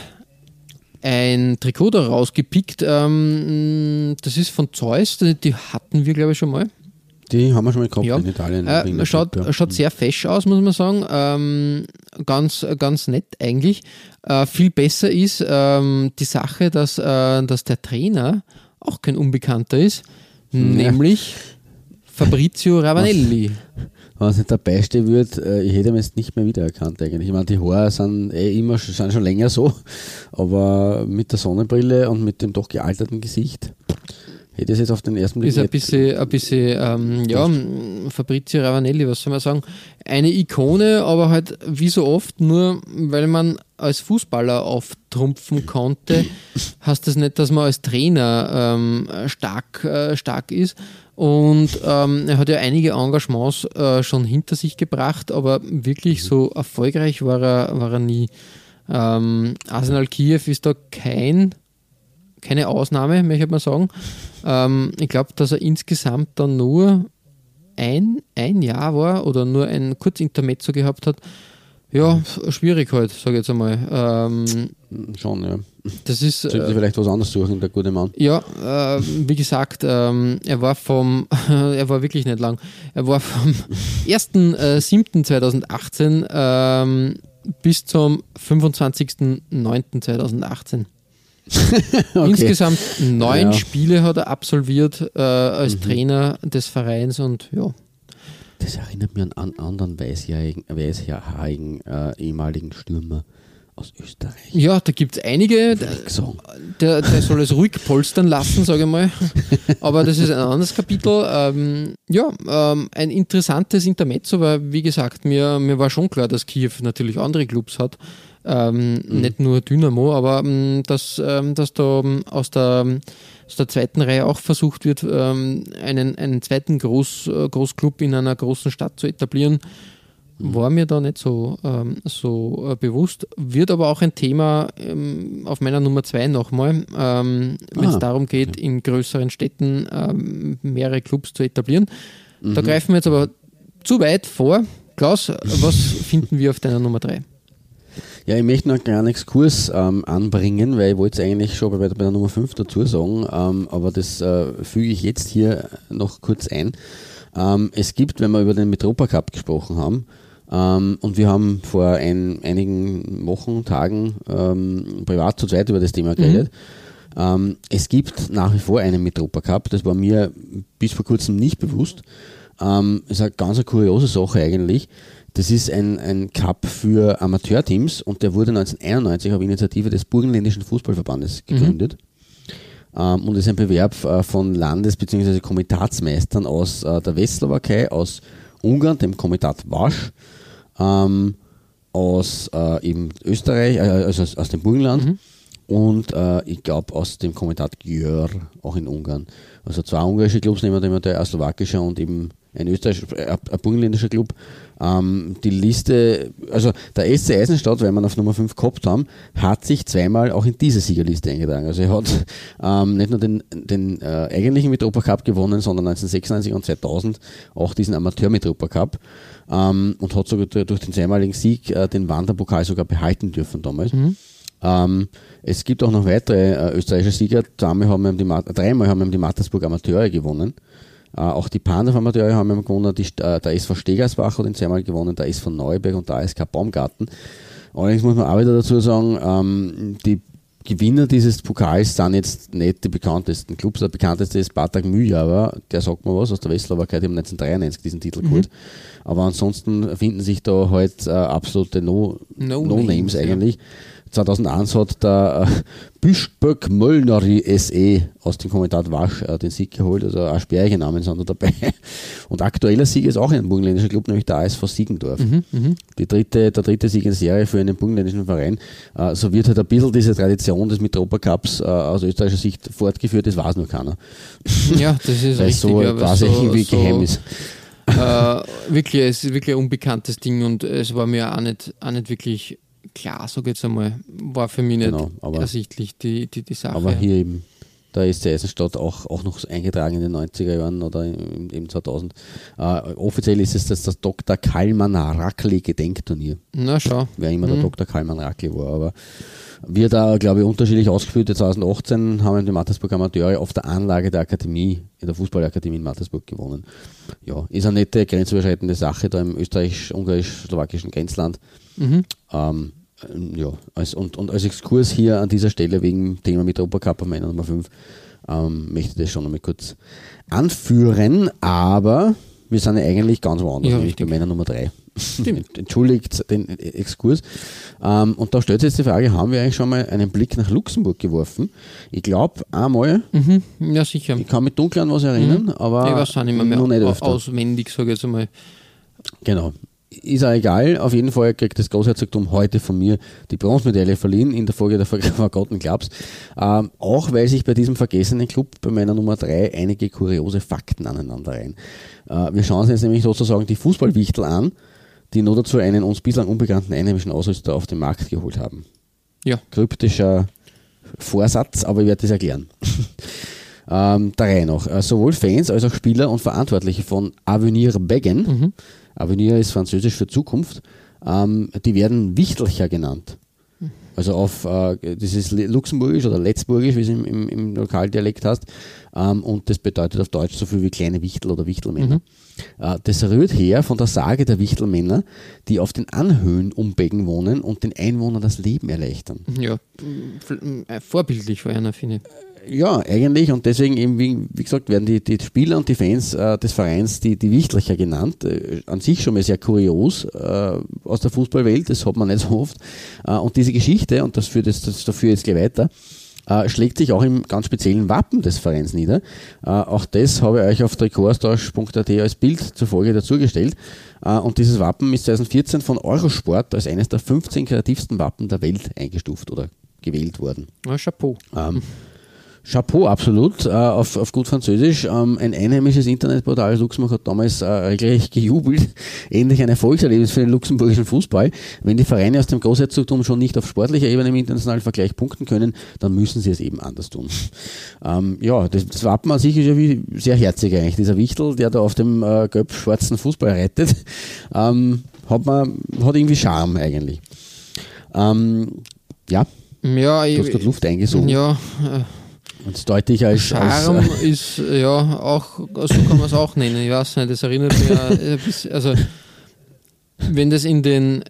Trikot da rausgepickt. Das ist von Zeus. Die hatten wir, glaube ich, schon mal. Die haben wir schon mal gehabt in Italien. Schaut sehr fesch aus, muss man sagen. Ganz, ganz nett eigentlich. Viel besser ist die Sache, dass der Trainer auch kein Unbekannter ist. Nämlich Fabrizio Ravanelli. Wenn es nicht dabei stehen würde, ich hätte ihn jetzt nicht mehr wiedererkannt eigentlich. Ich meine, die Haare sind sind schon länger so, aber mit der Sonnenbrille und mit dem doch gealterten Gesicht hätte ich es jetzt auf den ersten Blick ist ein bisschen Fabrizio Ravanelli, was soll man sagen, eine Ikone, aber halt wie so oft nur, weil man als Fußballer auftrumpfen konnte, heißt das nicht, dass man als Trainer stark ist. Und er hat ja einige Engagements schon hinter sich gebracht, aber wirklich so erfolgreich war er nie. Arsenal Kiew ist da keine Ausnahme, möchte ich mal sagen. Ich glaube, dass er insgesamt dann nur ein Jahr war oder nur ein Kurzintermezzo gehabt hat. Ja, schwierig halt, sage ich jetzt einmal. Schon, ja. Das ist. Sollte vielleicht was anderes suchen, der gute Mann. Ja, wie gesagt, er war wirklich nicht lang. Er war vom 1.7.2018 bis zum 25.09.2018. Okay. Insgesamt 9 Spiele hat er absolviert als Trainer des Vereins und ja. Das erinnert mich an einen anderen weißhaarigen ehemaligen Stürmer aus Österreich. Ja, da gibt es einige. Der soll es ruhig polstern lassen, sage ich mal. Aber das ist ein anderes Kapitel. Ein interessantes Intermezzo, weil, wie gesagt, mir war schon klar, dass Kiew natürlich andere Clubs hat. Nicht nur Dynamo, aber dass da aus der zweiten Reihe auch versucht wird, einen zweiten Großclub in einer großen Stadt zu etablieren, war mir da nicht so bewusst. Wird aber auch ein Thema auf meiner Nummer 2 nochmal, wenn es darum geht, in größeren Städten mehrere Clubs zu etablieren. Da greifen wir jetzt aber zu weit vor. Klaus, was finden wir auf deiner Nummer 3? Ja, ich möchte noch einen kleinen Exkurs anbringen, weil ich wollte es eigentlich schon bei der Nummer 5 dazu sagen, aber das füge ich jetzt hier noch kurz ein. Es gibt, wenn wir über den Mitropa Cup gesprochen haben, und wir haben vor einigen Wochen, Tagen privat zu zweit über das Thema geredet, es gibt nach wie vor einen Mitropa Cup, das war mir bis vor kurzem nicht bewusst. Das ist eine ganz kuriose Sache eigentlich. Das ist ein Cup für Amateurteams und der wurde 1991 auf Initiative des Burgenländischen Fußballverbandes gegründet. Und ist ein Bewerb von Landes- bzw. Komitatsmeistern aus der Westslowakei, aus Ungarn, dem Komitat Vas, aus eben Österreich, also aus dem Burgenland und ich glaube aus dem Komitat Győr, auch in Ungarn. Also 2 ungarische Clubs nehmen wir, ein slowakischer und eben ein burgenländischer Club. Die Liste, also der SC Eisenstadt, weil wir auf Nummer 5 gehabt haben, hat sich zweimal auch in diese Siegerliste eingetragen. Also er hat nicht nur den eigentlichen Mitropa Cup gewonnen, sondern 1996 und 2000 auch diesen Amateur-Mitropa Cup und hat sogar durch den zweimaligen Sieg den Wanderpokal sogar behalten dürfen damals. Es gibt auch noch weitere österreichische Sieger. Dreimal haben wir die Mattersburg Amateure gewonnen. Auch die Panov Amateure haben wir gewonnen. Der SV Stegersbach hat ihn zweimal gewonnen, der SV Neuberg und der ASK Baumgarten. Allerdings muss man auch wieder dazu sagen, die Gewinner dieses Pokals sind jetzt nicht die bekanntesten Clubs. Der bekannteste ist Spartak Myjava, der sagt mal was, aus der Westslowakei, die haben 1993 diesen Titel geholt. Aber ansonsten finden sich da halt absolute No-Names eigentlich. 2001 hat der Bischböck Molnari SE aus dem Komitat Vas den Sieg geholt, also auch sperrige Namen sind da dabei. Und aktueller Sieg ist auch ein burgenländischer Club, nämlich der ASV Siegendorf. Der dritte Sieg in Serie für einen burgenländischen Verein. So wird halt ein bisschen diese Tradition des Mitropa Cups aus österreichischer Sicht fortgeführt, das weiß nur keiner. Ja, das ist weil richtig. So quasi irgendwie geheim ist. Wirklich, es ist wirklich ein unbekanntes Ding und es war mir auch nicht wirklich klar, sag jetzt einmal, war für mich nicht ersichtlich die Sache. Aber hier eben, da ist die Eisenstadt auch noch eingetragen in den 90er Jahren oder eben 2000. Offiziell ist es das Dr. Kalman Rakli Gedenkturnier. Na schau. Wer immer der Dr. Kalman Rakli war, aber wir da, glaube ich, unterschiedlich ausgeführt. 2018 haben wir die Mattersburg Amateure auf der Anlage der Akademie, in der Fußballakademie in Mattersburg gewonnen. Ja, ist eine nette, grenzüberschreitende Sache da im österreichisch-ungarisch-slowakischen Grenzland. Ja, als Exkurs hier an dieser Stelle wegen dem Thema Mitropa Cup Männer Nummer 5 möchte ich das schon einmal kurz anführen, aber wir sind ja eigentlich ganz woanders, nämlich bei Männer Nummer 3. Entschuldigt den Exkurs. Und da stellt sich jetzt die Frage, haben wir eigentlich schon mal einen Blick nach Luxemburg geworfen? Ich glaube einmal. Ja, sicher. Ich kann mich dunkel an was erinnern, aber ich weiß auch nicht mehr nicht öfter. Auswendig, sage ich jetzt einmal. Genau. Ist auch egal, auf jeden Fall kriegt das Großherzogtum heute von mir die Bronzemedaille verliehen in der Folge der Forgotten Clubs. Auch weil sich bei diesem vergessenen Club bei meiner Nummer 3 einige kuriose Fakten aneinander rein. Wir schauen uns jetzt nämlich sozusagen die Fußballwichtel an, die nur dazu einen uns bislang unbekannten einheimischen Ausrüster auf den Markt geholt haben. Ja. Kryptischer Vorsatz, aber ich werde das erklären. Der Reihe nach. Sowohl Fans als auch Spieler und Verantwortliche von Avenir Beggen, Avenir ist französisch für Zukunft, die werden Wichtelcher genannt. Also das ist luxemburgisch oder letzburgisch, wie es im Lokaldialekt heißt, und das bedeutet auf Deutsch so viel wie kleine Wichtel oder Wichtelmänner. Das rührt her von der Sage der Wichtelmänner, die auf den Anhöhen um Beggen wohnen und den Einwohnern das Leben erleichtern. Ja, vorbildlich für einer, finde ich. Ja, eigentlich, und deswegen eben, wie gesagt, werden die Spieler und die Fans des Vereins die Wichtelcher genannt. An sich schon mal sehr kurios aus der Fußballwelt, das hat man nicht so oft. Und diese Geschichte, und das führt dafür jetzt gleich weiter, schlägt sich auch im ganz speziellen Wappen des Vereins nieder. Auch das habe ich euch auf trikotaustausch.at als Bild zur Folge dazugestellt. Und dieses Wappen ist 2014 von Eurosport als eines der 15 kreativsten Wappen der Welt eingestuft oder gewählt worden. Ja, Chapeau. Chapeau, absolut, auf gut Französisch. Ein einheimisches Internetportal Luxemburg hat damals regelrecht gejubelt. Ähnlich ein Erfolgserlebnis für den luxemburgischen Fußball. Wenn die Vereine aus dem Großherzogtum schon nicht auf sportlicher Ebene im internationalen Vergleich punkten können, dann müssen sie es eben anders tun. Ja, das Wappen an sich ist ja wie sehr herzig eigentlich. Dieser Wichtel, der da auf dem gelb-schwarzen Fußball reitet, hat irgendwie Charme eigentlich. Ja, du hast gerade Luft eingesogen. Ja, und das deute ich als Charme ist, ja, auch, so kann man es auch nennen. Ich weiß nicht, das erinnert mich ein bisschen, also, wenn das in den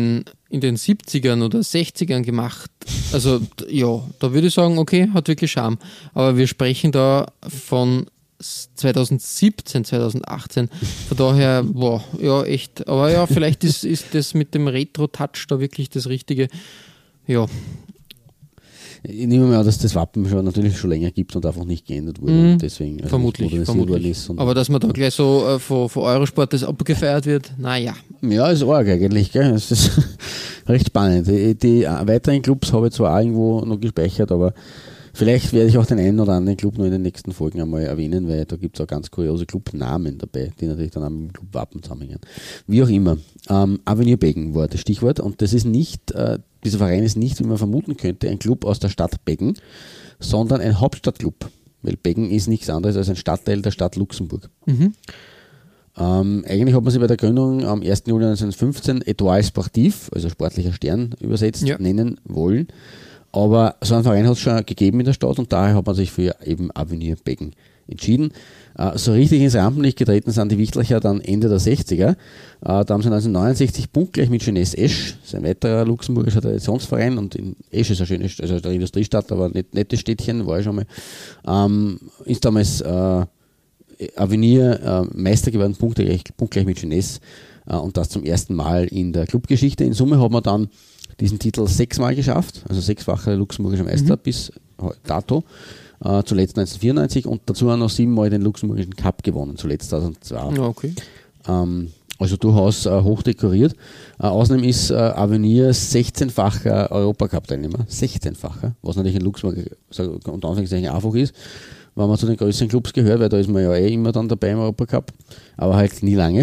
70ern oder 60ern gemacht, also, ja, da würde ich sagen, okay, hat wirklich Charme. Aber wir sprechen da von 2017, 2018. Von daher, boah, ja, echt. Aber ja, vielleicht ist das mit dem Retro-Touch da wirklich das Richtige. Ja. Ich nehme mal an, dass das Wappen natürlich schon länger gibt und einfach nicht geändert wurde. Und deswegen vermutlich. Ist aber dass man da gleich so von Eurosport das abgefeiert wird, naja. Ja, ist arg eigentlich, gell? Es ist recht spannend. Die weiteren Clubs habe ich zwar auch irgendwo noch gespeichert, aber vielleicht werde ich auch den einen oder anderen Club noch in den nächsten Folgen einmal erwähnen, weil da gibt es auch ganz kuriose Clubnamen dabei, die natürlich dann auch mit dem Clubwappen zusammenhängen. Wie auch immer. Avenir Beggen war das Stichwort und das ist nicht, dieser Verein ist nicht, wie man vermuten könnte, ein Club aus der Stadt Beggen, sondern ein Hauptstadtclub, weil Beggen ist nichts anderes als ein Stadtteil der Stadt Luxemburg. Eigentlich hat man sie bei der Gründung am 1. Juli 1915 Étoile Sportive, also sportlicher Stern übersetzt, nennen wollen. Aber so einen Verein hat es schon gegeben in der Stadt und daher hat man sich für eben Avenir Beggen entschieden. So richtig ins Rampenlicht getreten sind die Wichtlicher dann Ende der 60er. Da haben sie 1969 punktgleich mit Jeunesse Esch, das ist ein weiterer luxemburgischer Traditionsverein und in Esch ist ein schönes, also eine Industriestadt, aber ein nettes Städtchen, war ich schon mal, ist damals Avenir Meister geworden, punktgleich mit Jeunesse und das zum ersten Mal in der Clubgeschichte. In Summe hat man dann diesen Titel 6-mal geschafft, also 6-facher luxemburgischer Meister bis dato, zuletzt 1994 und dazu auch noch 7-mal den luxemburgischen Cup gewonnen, zuletzt 2002. Okay. Also durchaus hoch dekoriert. Außerdem ist Avenir 16-facher Europacup-Teilnehmer, 16-facher, was natürlich in Luxemburg unter Anführungszeichen einfach ist, wenn man zu den größeren Clubs gehört, weil da ist man ja immer dann dabei im Europacup, aber halt nie lange.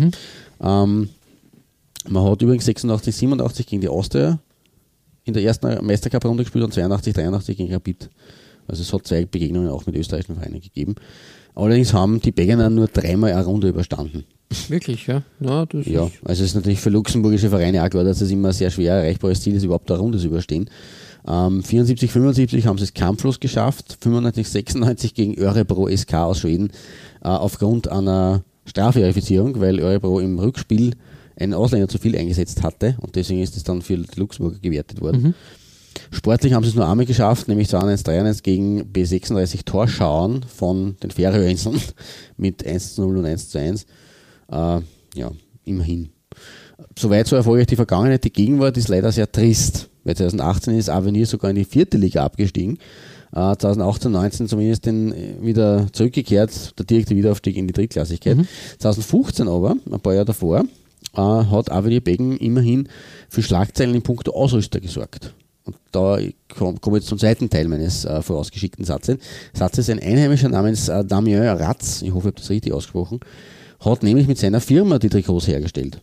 Man hat übrigens 86, 87 gegen die Austria in der ersten Meistercup-Runde gespielt und 82, 83 gegen Rapid. Also es hat 2 Begegnungen auch mit österreichischen Vereinen gegeben. Allerdings haben die Beggener nur 3-mal eine Runde überstanden. Wirklich, ja? Ja, also es ist natürlich für luxemburgische Vereine auch klar, dass es immer ein sehr schwer erreichbares Ziel ist, überhaupt eine Runde zu überstehen. 74, 75 haben sie es kampflos geschafft, 95, 96 gegen Örebro SK aus Schweden aufgrund einer Strafverifizierung, weil Örebro im Rückspiel einen Ausländer zu viel eingesetzt hatte und deswegen ist es dann für die Luxemburger gewertet worden. Sportlich haben sie es nur einmal geschafft, nämlich 2-1, 3-1 gegen B36 Torschauern von den Färöerinseln mit 1-0 und 1-1. Immerhin. Soweit so erfolgreich die Vergangenheit. Die Gegenwart ist leider sehr trist, weil 2018 ist Avenir sogar in die 4. Liga abgestiegen. 2018, 19 zumindest wieder zurückgekehrt, der direkte Wiederaufstieg in die Drittklassigkeit. 2015 aber, ein paar Jahre davor, hat Avenir Beggen immerhin für Schlagzeilen in puncto Ausrüster gesorgt. Und da komme ich jetzt zum zweiten Teil meines vorausgeschickten Satzes. Ein Einheimischer namens Damien Ratz, ich hoffe, ich habe das richtig ausgesprochen, hat nämlich mit seiner Firma die Trikots hergestellt.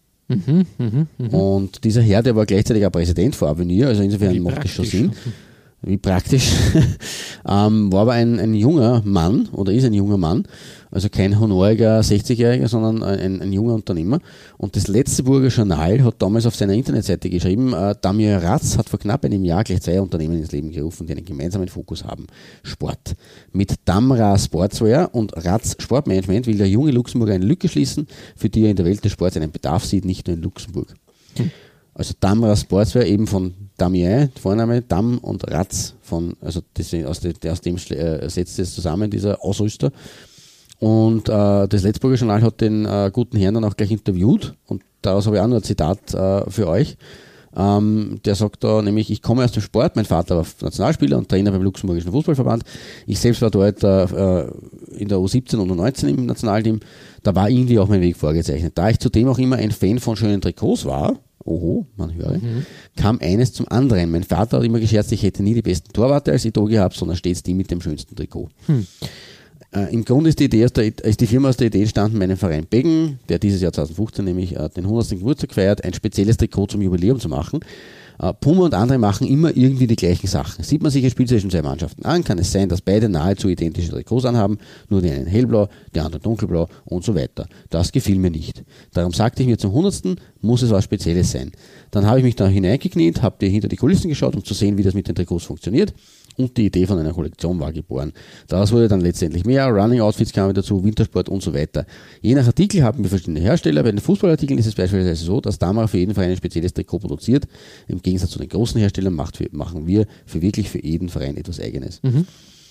Und dieser Herr, der war gleichzeitig auch Präsident von Avenir, also insofern macht das schon Sinn. Wie praktisch. War aber ein junger Mann, oder ist ein junger Mann, also kein honoriger 60-Jähriger, sondern ein junger Unternehmer. Und das Letzteburger Journal hat damals auf seiner Internetseite geschrieben, Damien Ratz hat vor knapp einem Jahr gleich 2 Unternehmen ins Leben gerufen, die einen gemeinsamen Fokus haben. Sport. Mit Damra Sportswear und Ratz Sportmanagement will der junge Luxemburger eine Lücke schließen, für die er in der Welt des Sports einen Bedarf sieht, nicht nur in Luxemburg. Also Damra Sportswear eben von Damien, Vorname, Dam und Ratz, aus dem setzt es zusammen, dieser Ausrüster. Und das Letzburger Journal hat den guten Herrn dann auch gleich interviewt und daraus habe ich auch noch ein Zitat für euch. Der sagt da nämlich, ich komme aus dem Sport, mein Vater war Nationalspieler und Trainer beim Luxemburgischen Fußballverband. Ich selbst war dort in der U17 und U19 im Nationalteam. Da war irgendwie auch mein Weg vorgezeichnet. Da ich zudem auch immer ein Fan von schönen Trikots war, man höre, kam eines zum anderen. Mein Vater hat immer gescherzt, ich hätte nie die besten Torwarte als Idol gehabt, sondern stets die mit dem schönsten Trikot. Im Grunde ist die Firma aus der Idee entstanden, meinen Verein Beggen, der dieses Jahr 2015 nämlich den 100. Geburtstag feiert, ein spezielles Trikot zum Jubiläum zu machen. Puma und andere machen immer irgendwie die gleichen Sachen. Sieht man sich ein Spiel zwischen 2 Mannschaften an, kann es sein, dass beide nahezu identische Trikots anhaben, nur die einen hellblau, die anderen dunkelblau und so weiter. Das gefiel mir nicht. Darum sagte ich mir, zum 100. muss es was Spezielles sein. Dann habe ich mich da hineingekniet, habe hinter die Kulissen geschaut, um zu sehen, wie das mit den Trikots funktioniert. Und die Idee von einer Kollektion war geboren. Daraus wurde dann letztendlich mehr, Running Outfits kamen dazu, Wintersport und so weiter. Je nach Artikel haben wir verschiedene Hersteller. Bei den Fußballartikeln ist es beispielsweise so, dass Damar für jeden Verein ein spezielles Trikot produziert. Im Gegensatz zu den großen Herstellern machen wir für jeden Verein etwas Eigenes.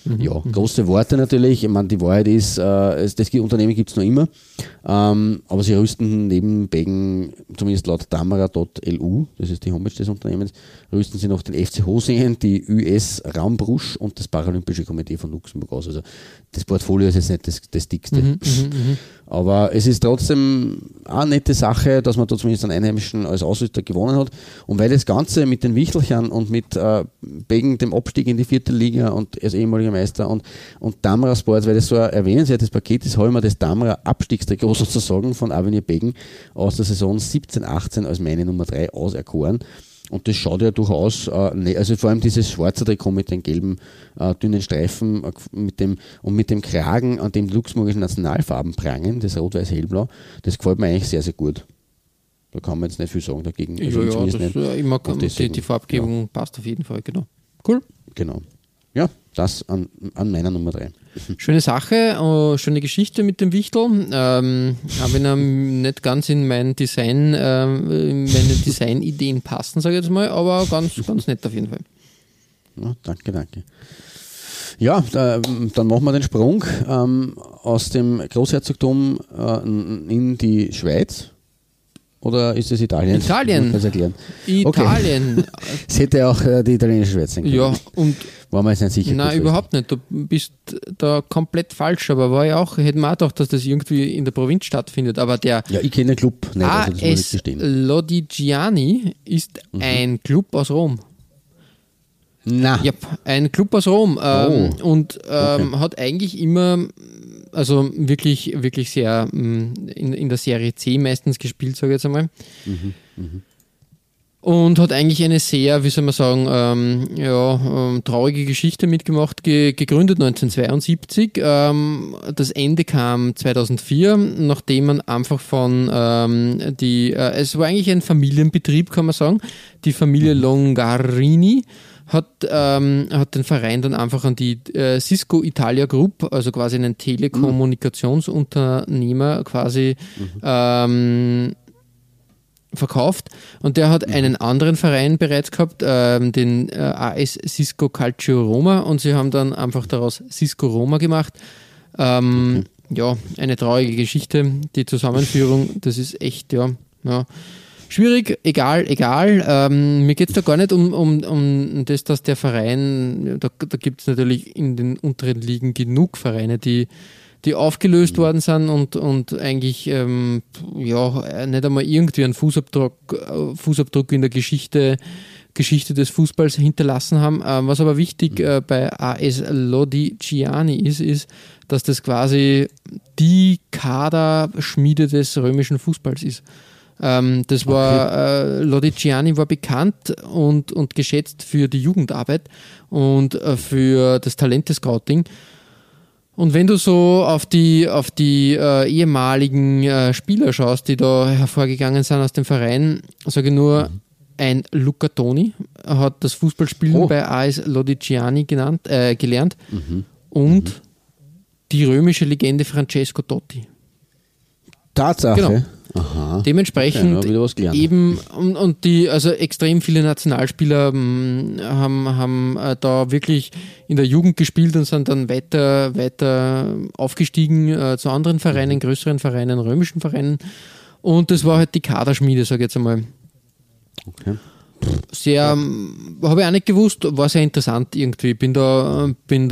Ja, große Worte natürlich. Ich meine, die Wahrheit ist, das Unternehmen gibt es noch immer, aber sie rüsten neben Beggen, zumindest laut Tamara.lu, das ist die Homepage des Unternehmens, rüsten sie noch den FC Hosingen, die US Raumbrusch und das Paralympische Komitee von Luxemburg aus. Also das Portfolio ist jetzt nicht das dickste. Aber es ist trotzdem eine nette Sache, dass man da zumindest einen Einheimischen als Ausrüster gewonnen hat. Und weil das Ganze mit den Wichtelchern und mit Beggen dem Abstieg in die 4. Liga und als ehemaliger Meister und Tamara Sports, weil das so ein erwähnenswertes Paket ist, habe ich mir das Tamara Abstiegstrikot sozusagen von Avenir Beggen aus der Saison 17-18 als meine Nummer 3 auserkoren. Und das schaut ja durchaus, also vor allem dieses schwarze Trikot mit den gelben dünnen Streifen mit dem Kragen, an dem die luxemburgischen Nationalfarben prangen, das Rot-Weiß-Hellblau, das gefällt mir eigentlich sehr, sehr gut. Da kann man jetzt nicht viel sagen dagegen. Also ich mag die Farbgebung, passt auf jeden Fall, genau. Cool. Genau. Ja, das an meiner Nummer 3. Schöne Sache, schöne Geschichte mit dem Wichtel. Aber wenn er nicht ganz in meine Designideen passen, sage ich jetzt mal, aber ganz, ganz nett auf jeden Fall. Ja, danke. Ja, dann machen wir den Sprung aus dem Großherzogtum in die Schweiz. Oder ist es Italien? Italien. Das erklären. Italien. Okay. Es hätte auch die italienische Schweiz sein können. Ja, und war mir jetzt nicht sicher. Nein, überhaupt nicht. Du bist da komplett falsch. Aber hätten wir auch gedacht, dass das irgendwie in der Provinz stattfindet. Aber der ich kenne den Club nicht. AS Lodigiani ist ein Club aus Rom. Na. Ja, ein Club aus Rom. Und hat eigentlich immer, also wirklich, wirklich sehr in der Serie C meistens gespielt, sage ich jetzt einmal. Und hat eigentlich eine sehr, wie soll man sagen, traurige Geschichte mitgemacht, gegründet 1972. Das Ende kam 2004, nachdem man einfach von es war eigentlich ein Familienbetrieb, kann man sagen. Die Familie Longarini hat den Verein dann einfach an die Cisco Italia Group, also quasi einen Telekommunikationsunternehmer quasi verkauft, und der hat einen anderen Verein bereits gehabt, den AS Cisco Calcio Roma, und sie haben dann einfach daraus Cisco Roma gemacht. Ja, eine traurige Geschichte, die Zusammenführung, das ist echt, schwierig, egal. Mir geht es da gar nicht um das, dass der Verein, da gibt es natürlich in den unteren Ligen genug Vereine, die aufgelöst worden sind und eigentlich nicht einmal irgendwie einen Fußabdruck in der Geschichte des Fußballs hinterlassen haben. Was aber wichtig bei AS Lodigiani ist, dass das quasi die Kaderschmiede des römischen Fußballs ist. Das war, Lodigiani war bekannt und geschätzt für die Jugendarbeit und für das Talente-Scouting. Und wenn du so auf die ehemaligen Spieler schaust, die da hervorgegangen sind aus dem Verein, sage ich nur, ein Luca Toni hat das Fußballspielen bei AS Lodigiani gelernt und die römische Legende Francesco Totti. Tatsache. Genau. Aha. Dementsprechend eben, und die, also extrem viele Nationalspieler haben da wirklich in der Jugend gespielt und sind dann weiter aufgestiegen zu anderen Vereinen, größeren Vereinen, römischen Vereinen, und das war halt die Kaderschmiede, sage ich jetzt einmal. Okay. Sehr, habe ich auch nicht gewusst, war sehr interessant irgendwie. Bin da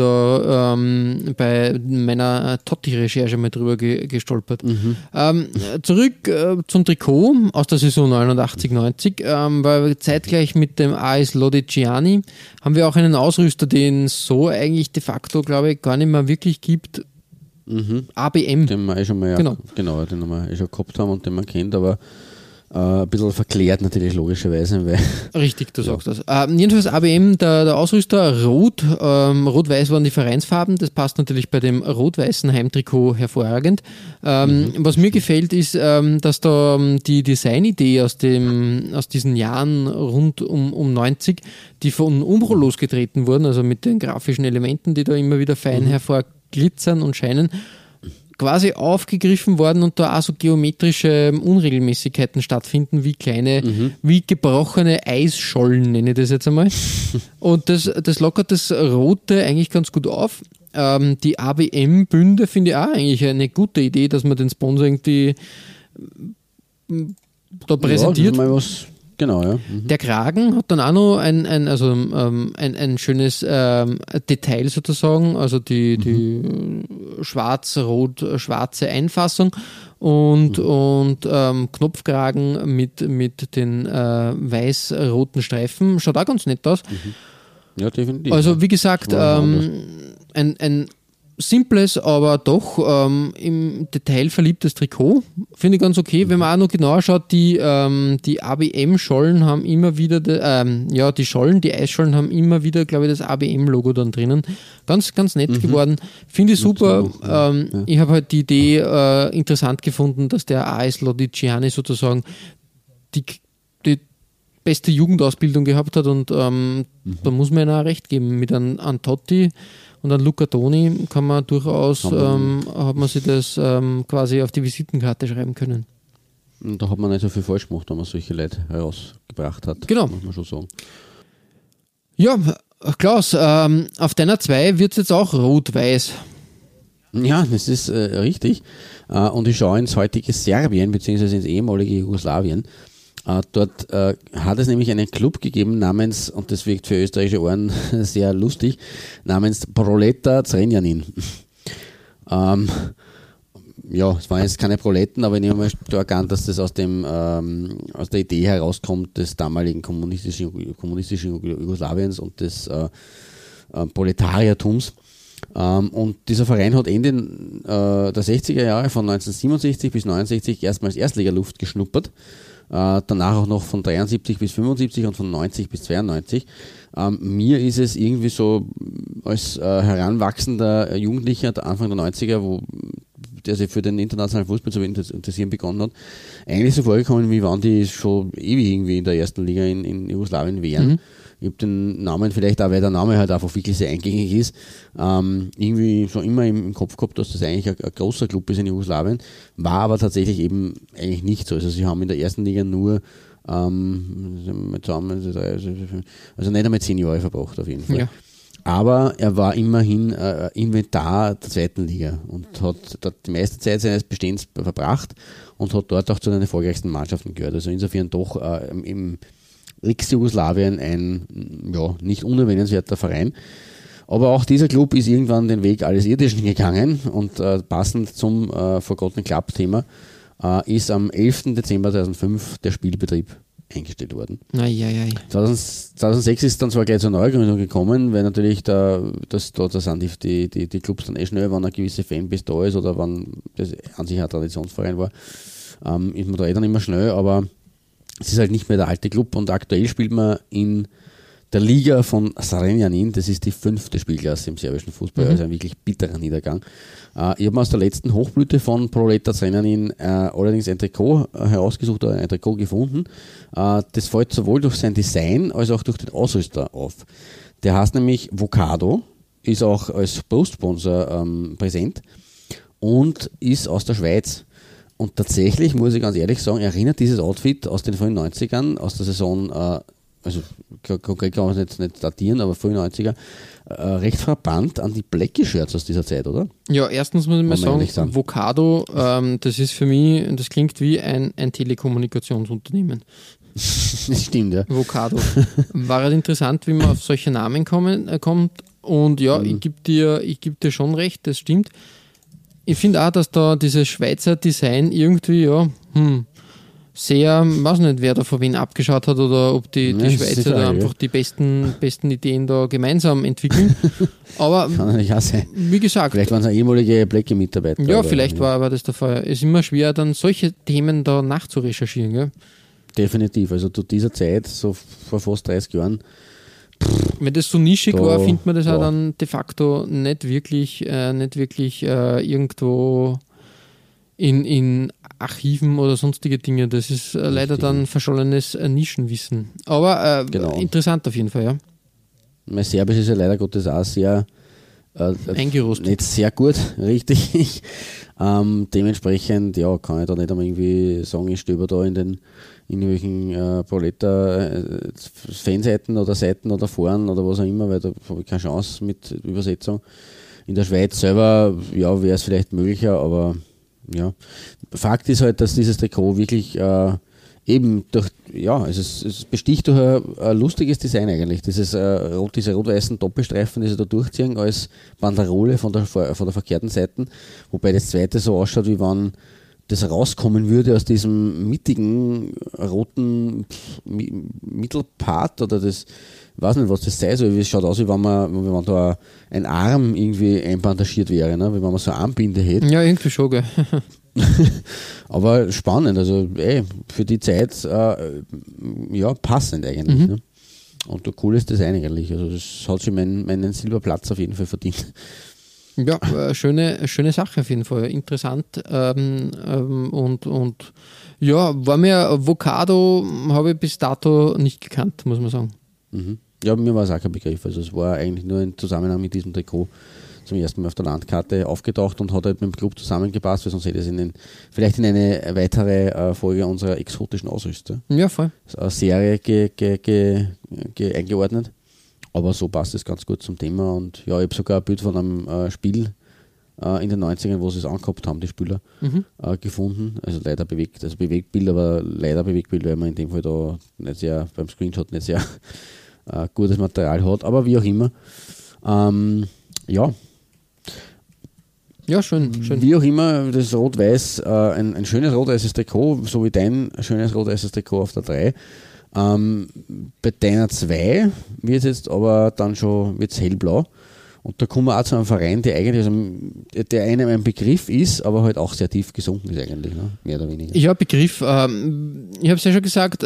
bei meiner Totti-Recherche mal drüber gestolpert. Zurück zum Trikot aus der Saison 89-90, weil zeitgleich mit dem AS Lodigiani haben wir auch einen Ausrüster, den es so eigentlich de facto, glaube ich, gar nicht mehr wirklich gibt. ABM. Den wir schon mal, den wir schon gehabt haben und den man kennt, aber ein bisschen verklärt natürlich, logischerweise. Weil richtig, du sagst das. Jedenfalls ABM, der Ausrüster Rot. Rot-Weiß waren die Vereinsfarben. Das passt natürlich bei dem rot-weißen Heimtrikot hervorragend. Was mir gefällt, ist, dass da die Designidee aus diesen Jahren rund um 90, die von Umbro losgetreten wurden, also mit den grafischen Elementen, die da immer wieder fein hervorglitzern und scheinen, quasi aufgegriffen worden und da auch so geometrische Unregelmäßigkeiten stattfinden, wie wie gebrochene Eisschollen, nenne ich das jetzt einmal. Und das lockert das Rote eigentlich ganz gut auf. Die ABM-Bünde finde ich auch eigentlich eine gute Idee, dass man den Sponsor irgendwie da präsentiert. Ja, was, genau, ja. Der Kragen hat dann auch noch ein schönes Detail sozusagen, also die schwarz-rot-schwarze Einfassung und Knopfkragen mit den weiß-roten Streifen. Schaut auch ganz nett aus. Ja, definitiv. Also wie gesagt, ein simples, aber doch im Detail verliebtes Trikot. Finde ich ganz okay. Wenn man auch noch genauer schaut, die ABM-Schollen haben immer wieder, die Eisschollen haben immer wieder, glaube ich, das ABM-Logo dann drinnen. Ganz, ganz nett geworden. Finde ich super. Ich habe halt die Idee interessant gefunden, dass der AS Lodigiani sozusagen die beste Jugendausbildung gehabt hat und da muss man ihnen auch recht geben. Mit einem Totti und einem Luca Toni kann man durchaus, hat man sich das quasi auf die Visitenkarte schreiben können. Und da hat man nicht so viel falsch gemacht, wenn man solche Leute herausgebracht hat. Genau. Muss man schon sagen. Ja, Klaus, auf deiner 2 wird es jetzt auch rot-weiß. Ja, das ist richtig. Und ich schaue ins heutige Serbien, beziehungsweise ins ehemalige Jugoslawien. Dort hat es nämlich einen Club gegeben namens, und das wirkt für österreichische Ohren sehr lustig, namens Proleta Zrenjanin. Es waren jetzt keine Proletten, aber ich habe mal erkannt, dass das aus der Idee herauskommt des damaligen kommunistischen Jugoslawiens und des Proletariertums. Und dieser Verein hat Ende der 60er Jahre von 1967 bis 1969 erstmals Erstligaluft geschnuppert. Danach auch noch von 73 bis 75 und von 90 bis 92. Mir ist es irgendwie so als heranwachsender Jugendlicher Anfang der 90er, der sich für den internationalen Fußball zu interessieren begonnen hat, eigentlich so vorgekommen, wie wann die schon ewig irgendwie in der ersten Liga in Jugoslawien wären. Ich habe den Namen vielleicht auch, weil der Name halt einfach wirklich sehr eingängig ist, irgendwie schon immer im Kopf gehabt, dass das eigentlich ein großer Club ist in Jugoslawien, war aber tatsächlich eben eigentlich nicht so. Also sie haben in der ersten Liga nur also nicht einmal 10 Jahre verbracht auf jeden Fall. Ja. Aber er war immerhin Inventar der zweiten Liga und hat dort die meiste Zeit seines Bestehens verbracht und hat dort auch zu den erfolgreichsten Mannschaften gehört. Also insofern doch im Ex-Jugoslawien ein nicht unerwähnenswerter Verein. Aber auch dieser Club ist irgendwann den Weg alles Irdischen gegangen und passend zum Forgotten Club-Thema ist am 11. Dezember 2005 der Spielbetrieb eingestellt worden. 2006 ist dann zwar gleich zur Neugründung gekommen, weil natürlich da sind die Clubs dann schnell, wenn eine gewisse Fanbase da ist oder wenn das an sich ein Traditionsverein war, ist man da dann immer schnell, aber es ist halt nicht mehr der alte Club und aktuell spielt man in der Liga von Zrenjanin, das ist die 5. Spielklasse im serbischen Fußball, also ein wirklich bitterer Niedergang. Ich habe mir aus der letzten Hochblüte von Proleta Zrenjanin allerdings ein Trikot herausgesucht oder ein Trikot gefunden. Das fällt sowohl durch sein Design als auch durch den Ausrüster auf. Der heißt nämlich Vocado, ist auch als Brustsponsor präsent und ist aus der Schweiz. Und tatsächlich, muss ich ganz ehrlich sagen, erinnert dieses Outfit aus den frühen 90ern, aus der Saison, also konkret kann man es nicht datieren, aber frühen 90er, recht frappant an die Blackie Shirts aus dieser Zeit, oder? Ja, erstens muss ich mal sagen, Vocado, das ist für mich, das klingt wie ein Telekommunikationsunternehmen. Das stimmt, ja. Vocado. War halt interessant, wie man auf solche Namen kommt und ja, ich gebe dir schon recht, das stimmt. Ich finde auch, dass da dieses Schweizer Design irgendwie, sehr, weiß nicht, wer da von wen abgeschaut hat oder ob die Schweizer da einfach die besten Ideen da gemeinsam entwickeln. Aber kann natürlich auch sein. Wie gesagt. Vielleicht waren es auch ehemalige Blackie-Mitarbeiter. Ja, vielleicht war das der Fall. Es ist immer schwer, dann solche Themen da nachzurecherchieren. Gell? Definitiv. Also zu dieser Zeit, so vor fast 30 Jahren. Wenn das so nischig war, findet man das auch dann de facto nicht wirklich irgendwo in Archiven oder sonstige Dinge. Das ist leider dann verschollenes Nischenwissen. Aber interessant auf jeden Fall, ja. Mein Serbisch ist ja leider Gottes auch sehr eingerostet. Nicht sehr gut, richtig. Dementsprechend, ja, kann ich da nicht einmal irgendwie sagen, ich stöber da in irgendwelchen Fanseiten oder Seiten oder Foren oder was auch immer, weil da habe ich keine Chance mit Übersetzung. In der Schweiz selber, ja, wäre es vielleicht möglicher, aber ja. Fakt ist halt, dass dieses Trikot wirklich eben durch, ja, es besticht durch ein lustiges Design eigentlich. Diese rot-weißen Doppelstreifen, die sie da durchziehen, als Banderole von der verkehrten Seite, wobei das zweite so ausschaut, wie wenn das rauskommen würde aus diesem mittigen roten Mittelpart oder das, ich weiß nicht, was das sei soll, es schaut aus, wie wenn da ein Arm irgendwie einbandagiert wäre, ne? Wie wenn man so eine Armbinde hätte. Ja, irgendwie schon, gell. Aber spannend, also für die Zeit ja, passend eigentlich. Ne? Und ein cooles Design eigentlich. Also das hat sich meinen Silberplatz auf jeden Fall verdient. Ja, schöne Sache auf jeden Fall. Interessant. Und ja, war mir Avocado, habe ich bis dato nicht gekannt, muss man sagen. Mhm. Ja, mir war es auch kein Begriff. Also es war eigentlich nur im Zusammenhang mit diesem Trikot zum ersten Mal auf der Landkarte aufgetaucht und hat halt mit dem Club zusammengepasst, weil sonst hätte es vielleicht in eine weitere Folge unserer exotischen Ausrüster. Ja, voll. Eine Serie eingeordnet. Aber so passt es ganz gut zum Thema. Und ja, ich habe sogar ein Bild von einem Spiel in den 90ern, wo sie es angehabt haben, die Spieler, gefunden. Also leider Bewegtbild, aber leider Bewegtbild, weil man in dem Fall da nicht sehr, beim Screenshot nicht sehr gutes Material hat. Aber wie auch immer. Ja. Ja, schön. Wie auch immer, das Rot-Weiß, ein schönes rot-weißes Trikot, so wie dein schönes rot-weißes Trikot auf der 3. Bei deiner 2 wird es jetzt aber dann schon wird's hellblau. Und da kommen wir auch zu einem Verein, der eigentlich, der einem ein Begriff ist, aber halt auch sehr tief gesunken ist eigentlich, ne? Mehr oder weniger. Ja, Begriff. Ich habe es ja schon gesagt,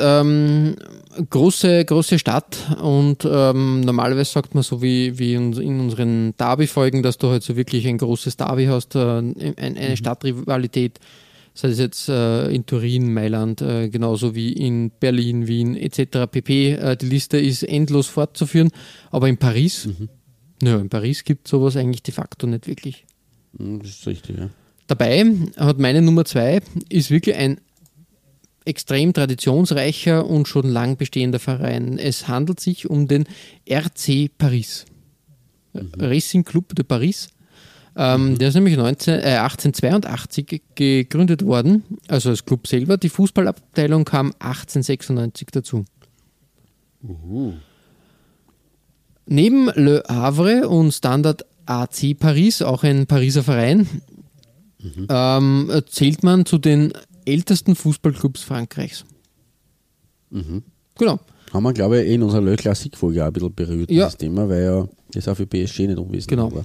große Stadt und normalerweise sagt man so wie in unseren Derby-Folgen, dass du halt so wirklich ein großes Derby hast, eine Stadtrivalität, sei es jetzt in Turin, Mailand, genauso wie in Berlin, Wien etc. pp. Die Liste ist endlos fortzuführen, aber in Paris... in Paris gibt es sowas eigentlich de facto nicht wirklich. Das ist richtig, ja. Dabei hat meine Nummer 2 ist wirklich ein extrem traditionsreicher und schon lang bestehender Verein. Es handelt sich um den RC Paris. Racing Club de Paris. Der ist nämlich 1882 gegründet worden, also als Club selber. Die Fußballabteilung kam 1896 dazu. Neben Le Havre und Standard AC Paris, auch ein Pariser Verein, zählt man zu den ältesten Fußballclubs Frankreichs. Genau. Haben wir, glaube ich, in unserer Le Classique-Folge auch ein bisschen berührt, dieses Thema, weil ja das auch für PSG nicht unwesentlich war.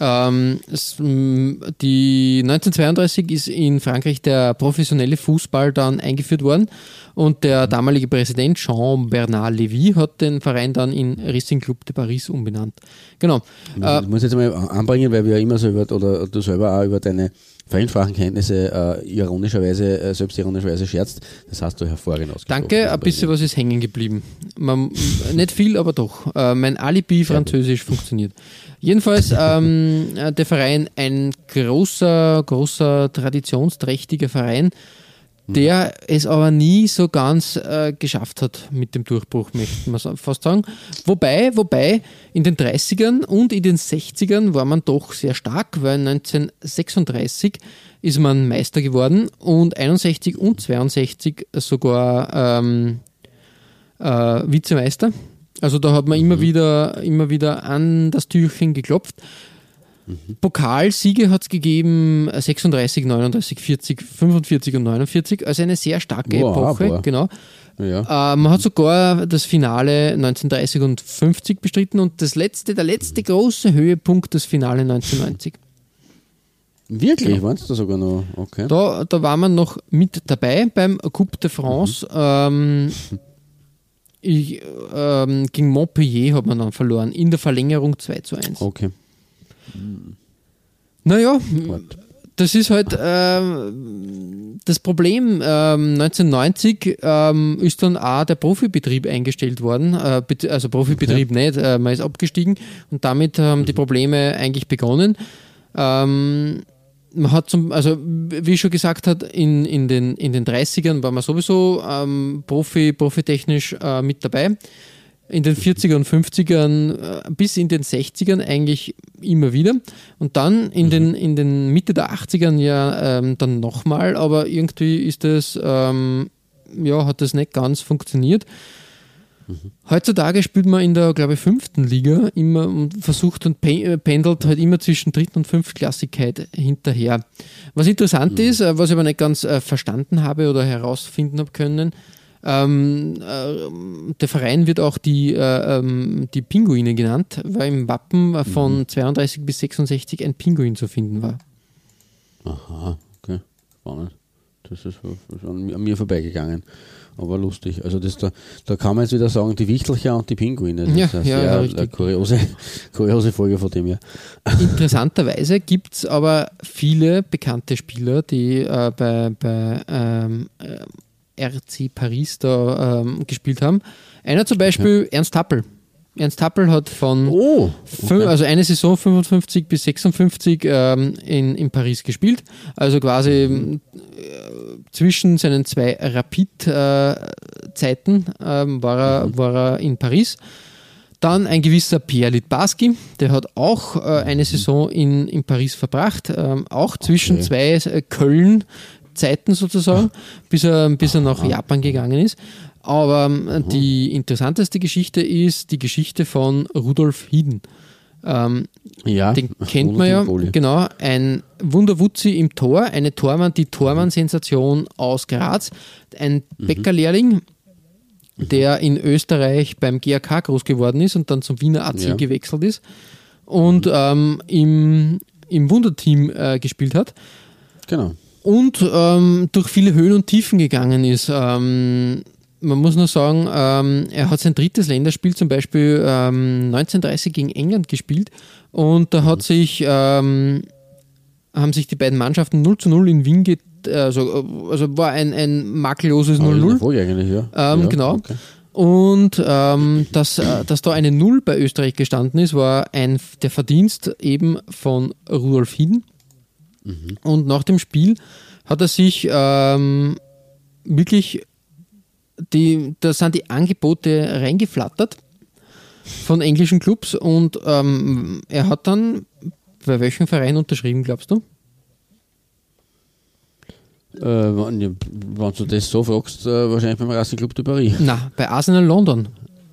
Die 1932 ist in Frankreich der professionelle Fußball dann eingeführt worden und der damalige Präsident Jean-Bernard Lévy hat den Verein dann in Racing Club de Paris umbenannt. Genau. Ich muss jetzt mal anbringen, weil wir ja immer so oder du selber auch über deine Fremdsprachenkenntnisse selbstironischerweise scherzt. Das hast du hervorragend ausgesprochen. Danke, ein bisschen was ist hängen geblieben. Nicht viel, aber doch. Mein Alibi Französisch funktioniert. Jedenfalls der Verein, ein großer, traditionsträchtiger Verein, der es aber nie so ganz geschafft hat mit dem Durchbruch, möchte man fast sagen. Wobei in den 30ern und in den 60ern war man doch sehr stark, weil 1936 ist man Meister geworden und 61 und 62 sogar Vizemeister. Also da hat man immer wieder an das Türchen geklopft. Pokalsiege hat es gegeben 36, 39, 40, 45 und 49, also eine sehr starke Epoche. Genau. Ja. Man hat sogar das Finale 1930 und 50 bestritten und der letzte große Höhepunkt das Finale 1990. Wirklich? Genau. Warst du sogar noch? Okay. Da war man noch mit dabei beim Coupe de France. Gegen Montpellier hat man dann verloren, in der Verlängerung 2:1. Okay. Naja, das ist halt das Problem 1990 ist dann auch der Profibetrieb eingestellt worden, also Profibetrieb nicht, man ist abgestiegen und damit haben die Probleme eigentlich begonnen. Man hat wie ich schon gesagt habe, in den 30ern war man sowieso profitechnisch mit dabei. In den 40er und 50ern bis in den 60ern eigentlich immer wieder. Und dann in den Mitte der 80ern dann nochmal, aber irgendwie ist das, hat das nicht ganz funktioniert. Heutzutage spielt man in der, glaube ich, 5. Liga immer und versucht und pendelt halt immer zwischen 3. und 5. Klassigkeit hinterher. Was interessant ist, was ich aber nicht ganz verstanden habe oder herausfinden habe können, der Verein wird auch die Pinguine genannt, weil im Wappen von 32 bis 66 ein Pinguin zu finden war. Aha, okay, spannend. Das ist an mir vorbeigegangen, aber lustig. Also da kann man jetzt wieder sagen, die Wichtelcher und die Pinguine. Das ist eine kuriose Folge von dem her. Interessanterweise gibt es aber viele bekannte Spieler, die bei RC Paris da gespielt haben. Einer zum Beispiel Ernst Happel. Ernst Happel hat also eine Saison 55 bis 56 in Paris gespielt. Also quasi zwischen seinen 2 Rapid-Zeiten war er in Paris. Dann ein gewisser Pierre Littbarski, der hat auch eine Saison in Paris verbracht, auch zwischen 2 Köln-Zeiten sozusagen, bis er nach Japan gegangen ist. Aber die interessanteste Geschichte ist die Geschichte von Rudolf Hieden. Den kennt man ja, genau, ein Wunderwutzi im Tor, die Tormann-Sensation aus Graz, ein Bäckerlehrling, der in Österreich beim GAK groß geworden ist und dann zum Wiener AC gewechselt ist und im Wunderteam gespielt hat. Genau. Und durch viele Höhen und Tiefen gegangen ist. Man muss nur sagen, er hat sein 3. Länderspiel zum Beispiel 1930 gegen England gespielt und da haben sich die beiden Mannschaften 0:0 in Wien also war ein makelloses 0:0. Genau. Okay. Und dass da eine 0 bei Österreich gestanden ist, war der Verdienst eben von Rudolf Hieden. Und nach dem Spiel hat er sich wirklich da sind die Angebote reingeflattert von englischen Clubs und er hat dann bei welchem Verein unterschrieben, glaubst du? Wenn du das so fragst, wahrscheinlich beim Racing Club de Paris. Nein, bei Arsenal London.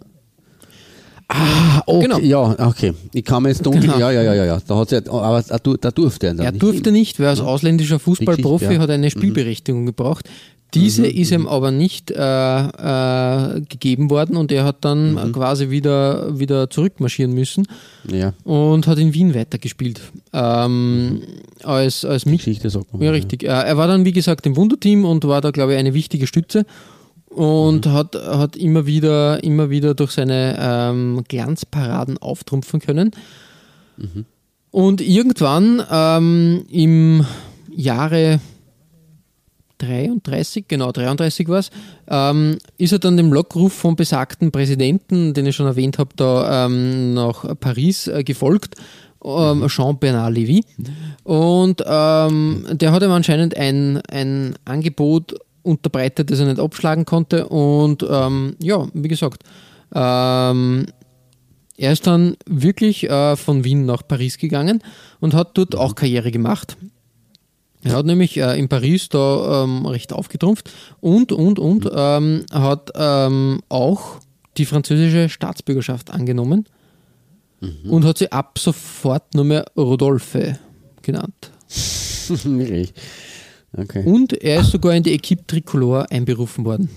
Okay, genau. Ja, okay. Ich kann mir jetzt dunkel. Genau. Ja. Da hat aber da durfte er dann nicht. Er durfte nicht, weil als ausländischer Fußballprofi hat er eine Spielberechtigung gebraucht. Diese ist ihm aber nicht gegeben worden und er hat dann quasi wieder zurückmarschieren müssen und hat in Wien weitergespielt. Als Geschichte sagt man. Ja, richtig. Er war dann, wie gesagt, im Wunderteam und war da, glaube ich, eine wichtige Stütze und hat immer wieder durch seine Glanzparaden auftrumpfen können. Und irgendwann im Jahre 33 war es, ist er dann dem Lockruf vom besagten Präsidenten, den ich schon erwähnt habe, da nach Paris gefolgt, Jean-Bernard Lévy. Und der hat ihm anscheinend ein Angebot unterbreitet, das er nicht abschlagen konnte. Und wie gesagt, er ist dann wirklich von Wien nach Paris gegangen und hat dort auch Karriere gemacht. Er hat nämlich in Paris da recht aufgetrumpft und hat auch die französische Staatsbürgerschaft angenommen und hat sie ab sofort nur mehr Rodolphe genannt. Wirklich? Okay. Und er ist sogar in die Equipe Tricolore einberufen worden.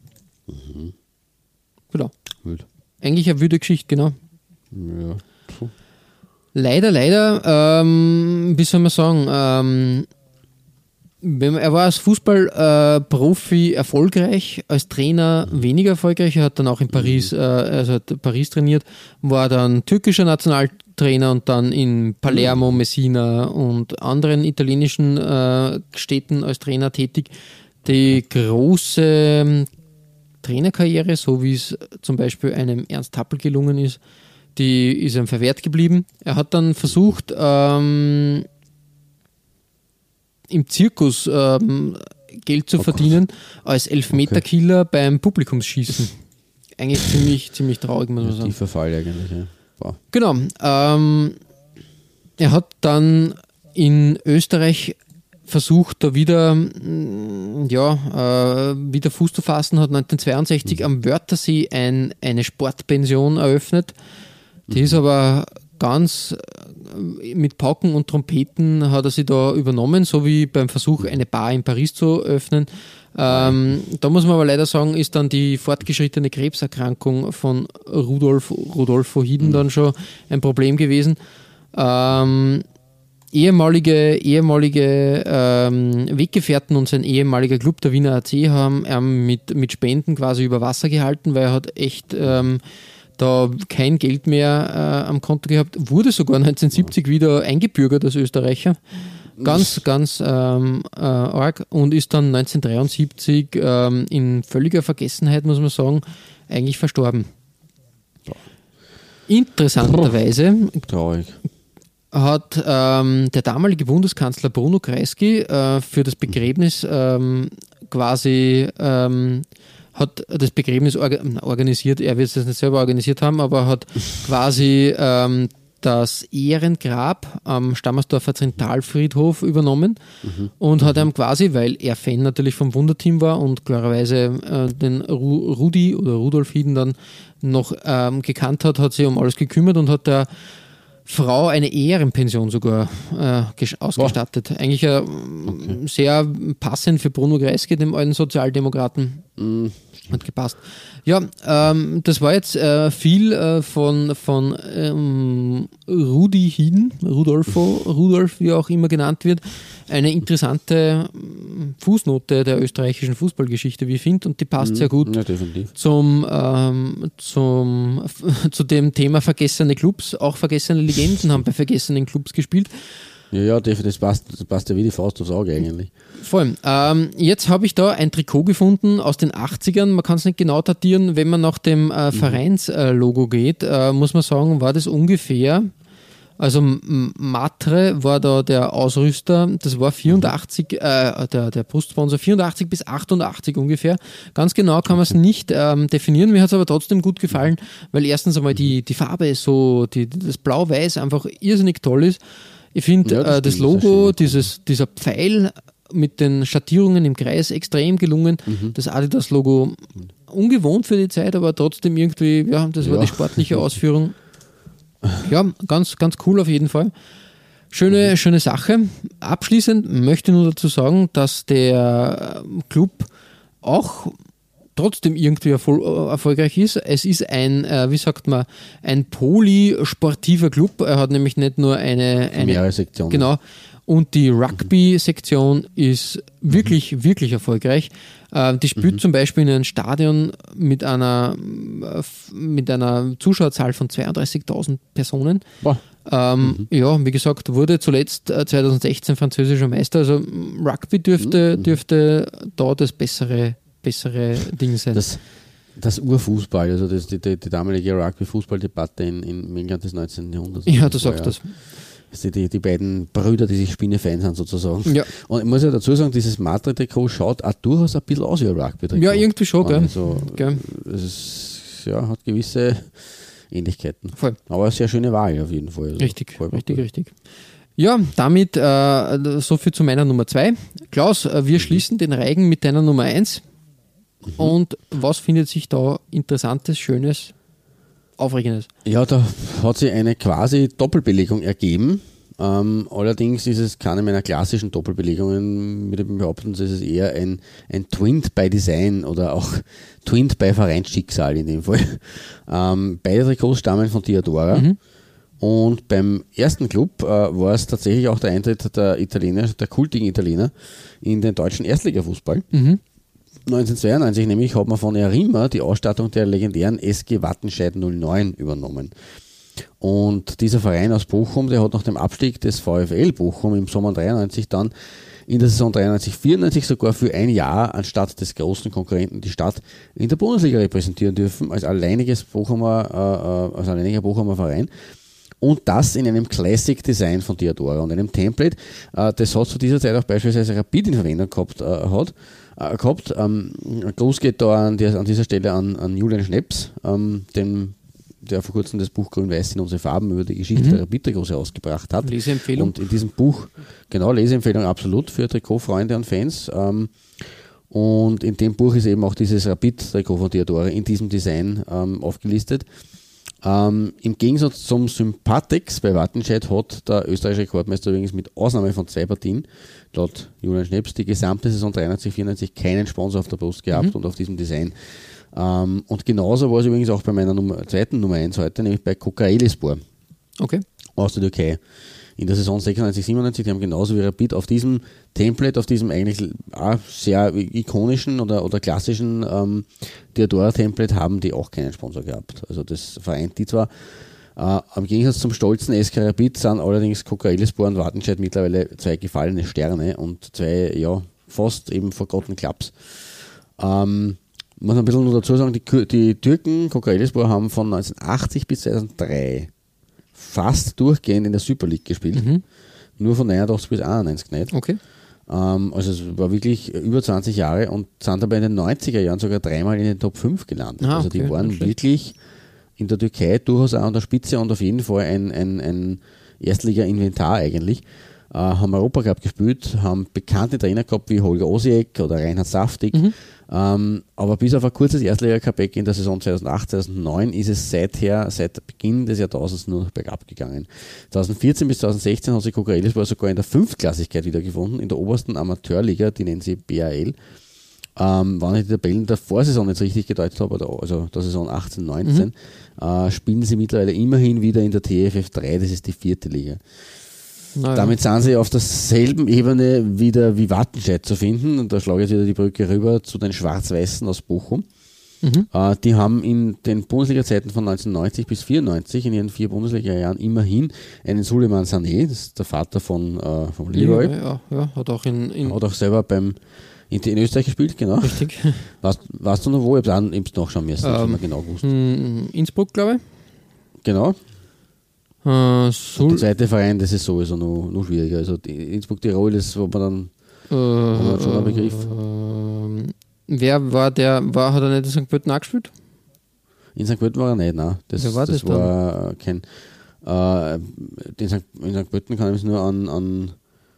Genau. Gut. Eigentlich eine wilde Geschichte, genau. Ja. Leider, wie soll man sagen, Er war als Fußballprofi erfolgreich, als Trainer weniger erfolgreich. Er hat dann auch in Paris, Paris trainiert, war dann türkischer Nationaltrainer und dann in Palermo, Messina und anderen italienischen Städten als Trainer tätig. Die große Trainerkarriere, so wie es zum Beispiel einem Ernst Happel gelungen ist, die ist ihm verwehrt geblieben. Er hat dann versucht, im Zirkus Geld zu verdienen als Elfmeterkiller beim Publikumsschießen. Eigentlich ziemlich traurig, muss man sagen. Tiefer Fall eigentlich, ja. Wow. Genau. Er hat dann in Österreich versucht, da wieder Fuß zu fassen, hat 1962 am Wörthersee eine Sportpension eröffnet. Die ist aber ganz mit Pauken und Trompeten hat er sie da übernommen, so wie beim Versuch, eine Bar in Paris zu öffnen. Da muss man aber leider sagen, ist dann die fortgeschrittene Krebserkrankung von Rudolfo Hiden dann schon ein Problem gewesen. Ehemalige Weggefährten und sein ehemaliger Club, der Wiener AC, haben mit Spenden quasi über Wasser gehalten, weil er hat echt da kein Geld mehr am Konto gehabt, wurde sogar 1970 wieder eingebürgert als Österreicher. Ganz arg, und ist dann 1973 in völliger Vergessenheit, muss man sagen, eigentlich verstorben. Interessanterweise traurig. Hat der damalige Bundeskanzler Bruno Kreisky für das Begräbnis hat das Begräbnis organisiert, er wird es nicht selber organisiert haben, aber hat quasi das Ehrengrab am Stammersdorfer Zentralfriedhof übernommen und hat ihm quasi, weil er Fan natürlich vom Wunderteam war und klarerweise den Rudi oder Rudolf Hiden dann noch gekannt hat sich um alles gekümmert und hat der Frau eine Ehrenpension sogar ausgestattet. Eigentlich sehr passend für Bruno Kreisky, dem alten Sozialdemokraten. Hat gepasst. Ja, das war jetzt viel von Rudi Hiden, Rudolf, wie er auch immer genannt wird. Eine interessante Fußnote der österreichischen Fußballgeschichte, wie ich finde, und die passt sehr gut zu dem Thema vergessene Clubs. Auch vergessene Legenden haben bei vergessenen Clubs gespielt. Ja, das passt ja wie die Faust aufs Auge eigentlich. Vor allem. Jetzt habe ich da ein Trikot gefunden aus den 80ern. Man kann es nicht genau datieren. Wenn man nach dem Vereinslogo geht, muss man sagen, war das ungefähr, also Matre war da der Ausrüster, das war 84, der Brustsponsor, 84 bis 88 ungefähr. Ganz genau kann man es nicht definieren. Mir hat es aber trotzdem gut gefallen, weil erstens einmal die Farbe so, das Blau-Weiß einfach irrsinnig toll ist. Ich finde das Logo, dieser Pfeil mit den Schattierungen im Kreis extrem gelungen. Das Adidas-Logo ungewohnt für die Zeit, aber trotzdem irgendwie, das war die sportliche Ausführung. Ja, ganz, ganz cool auf jeden Fall. Schöne Sache. Abschließend möchte ich nur dazu sagen, dass der Club auch trotzdem irgendwie erfolgreich ist. Es ist ein polysportiver Club. Er hat nämlich nicht nur eine Sektion. Genau. Und die Rugby-Sektion ist wirklich, wirklich erfolgreich. Die spielt zum Beispiel in einem Stadion mit einer Zuschauerzahl von 32.000 Personen. Ja, wie gesagt, wurde zuletzt 2016 französischer Meister. Also Rugby dürfte da das bessere Ding sein. Das Urfußball, also die damalige Rugby-Fußball-Debatte in England des 19. Jahrhunderts. Ja, du sagst das. Die beiden Brüder, die sich Spinnefans sind sozusagen. Ja. Und ich muss ja dazu sagen, dieses Matre-Trikot schaut auch durchaus ein bisschen aus wie ein Rugby-Trikot. Ja, irgendwie schon, gell. Also, es hat gewisse Ähnlichkeiten. Voll. Aber eine sehr schöne Wahl auf jeden Fall. Also richtig. Ja, damit so viel zu meiner Nummer 2. Klaus, wir schließen den Reigen mit deiner Nummer 1. Und was findet sich da Interessantes, Schönes, Aufregendes? Ja, da hat sich eine quasi Doppelbelegung ergeben. Allerdings ist es keine meiner klassischen Doppelbelegungen. Mit dem Behaupten, es ist eher ein Twinned by Design oder auch Twinned by Vereinsschicksal in dem Fall. Beide Trikots stammen von Diadora. Und beim ersten Club war es tatsächlich auch der Eintritt der kultigen Italiener in den deutschen Erstligafußball. 1992 nämlich hat man von Arima die Ausstattung der legendären SG Wattenscheid 09 übernommen. Und dieser Verein aus Bochum, der hat nach dem Abstieg des VfL Bochum im Sommer 93 dann in der Saison 93-94 sogar für ein Jahr anstatt des großen Konkurrenten die Stadt in der Bundesliga repräsentieren dürfen, als alleiniger Bochumer Verein. Und das in einem Classic-Design von Diadora und einem Template, das hat zu dieser Zeit auch beispielsweise Rapid in Verwendung gehabt. Gruß geht da an dieser Stelle an Julian Schneps, der vor kurzem das Buch Grün-Weiß in unsere Farben über die Geschichte der Rapid-Trikots ausgebracht hat. Leseempfehlung. Und in diesem Buch, genau, Leseempfehlung absolut für Trikotfreunde und Fans. Und in dem Buch ist eben auch dieses Rapid-Trikot von Diadora in diesem Design aufgelistet. Im Gegensatz zum Sympatex bei Wattenscheid hat der österreichische Rekordmeister übrigens mit Ausnahme von 2 Partien, laut Julian Schneps, die gesamte Saison 93-94 keinen Sponsor auf der Brust gehabt und auf diesem Design. Und genauso war es übrigens auch bei meiner zweiten Nummer 1 heute, nämlich bei Kocaelispor aus der Türkei. In der Saison 96-97, die haben genauso wie Rapid auf diesem Template, auf diesem eigentlich sehr ikonischen oder klassischen Diadora-Template haben die auch keinen Sponsor gehabt. Also das vereint die zwar. Am Gegensatz zum stolzen SK Rapid sind allerdings Kocaelispor und Wattenscheid mittlerweile 2 gefallene Sterne und 2, fast eben forgotten Clubs. Muss ein bisschen nur dazu sagen, die Türken, Kocaelispor, haben von 1980 bis 2003 fast durchgehend in der Super League gespielt. Nur von 89 bis 91 nicht. Okay. Also es war wirklich über 20 Jahre und sind dabei in den 90er Jahren sogar 3-mal in den Top 5 gelandet. Also die waren wirklich in der Türkei durchaus auch an der Spitze und auf jeden Fall ein Erstliga-Inventar eigentlich. Haben Europacup gespielt, haben bekannte Trainer gehabt wie Holger Osijek oder Reinhard Saftig. Aber bis auf ein kurzes Erstliga-Comeback in der Saison 2008-2009 ist es seit Beginn des Jahrtausends nur noch bergab gegangen. 2014 bis 2016 hat sich Kocaelispor sogar in der Fünftklassigkeit wiedergefunden, in der obersten Amateurliga, die nennen sie BAL. Wenn ich die Tabellen der Vorsaison jetzt richtig gedeutet habe, also der Saison 18-19, spielen sie mittlerweile immerhin wieder in der TFF 3, das ist die 4. Liga. Damit sind sie auf derselben Ebene wieder wie Wattenscheid zu finden und da schlage ich jetzt wieder die Brücke rüber zu den Schwarz-Weißen aus Bochum. Die haben in den Bundesliga-Zeiten von 1990 bis 1994 in ihren 4 Bundesliga-Jahren immerhin einen Suleiman Sané, das ist der Vater von Leroy. Ja, hat auch hat auch selber in Österreich gespielt, genau. Richtig. Weißt du noch wo? Ich habe es nachschauen müssen, das haben wir genau gewusst. Innsbruck, glaube ich. Genau. Der zweite Verein, das ist sowieso noch schwieriger. Also Innsbruck-Tirol, das war man dann schon ein Begriff. Wer war hat er nicht in St. Pölten auch gespielt? In St. Pölten war er nicht, nein. Das war kein. In St. Pölten kann ich mich nur an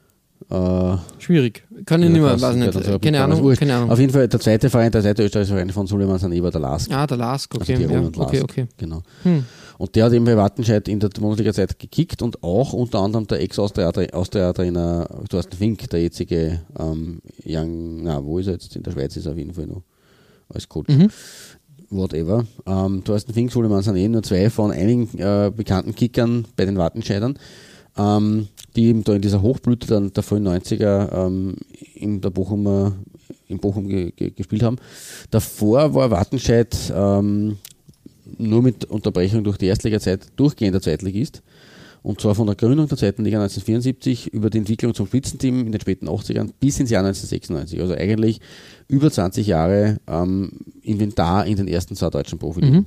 schwierig. Kann ich nicht mehr, weiß nicht. Keine Ahnung. Auf jeden Fall der zweite österreichische Verein von Suleiman Sané war der LASK. Der LASK, okay. Also Tirol und LASK, okay. Genau. Und der hat eben bei Wattenscheid in der Bundesliga-Zeit gekickt und auch unter anderem der Ex-Austria-Trainer Thorsten Fink, der jetzige wo ist er jetzt? In der Schweiz ist er auf jeden Fall noch als Coach. Whatever. Thorsten Fink, Suleiman Sané, nur 2 von einigen bekannten Kickern bei den Wattenscheidern, die eben da in dieser Hochblüte der frühen 90er in Bochum gespielt haben. Davor war Wattenscheid nur mit Unterbrechung durch die Erstliga-Zeit durchgehender Zweitligist. Und zwar von der Gründung der zweiten Liga 1974 über die Entwicklung zum Spitzenteam in den späten 80ern bis ins Jahr 1996. Also eigentlich über 20 Jahre Inventar in den ersten 2 deutschen Profiligen.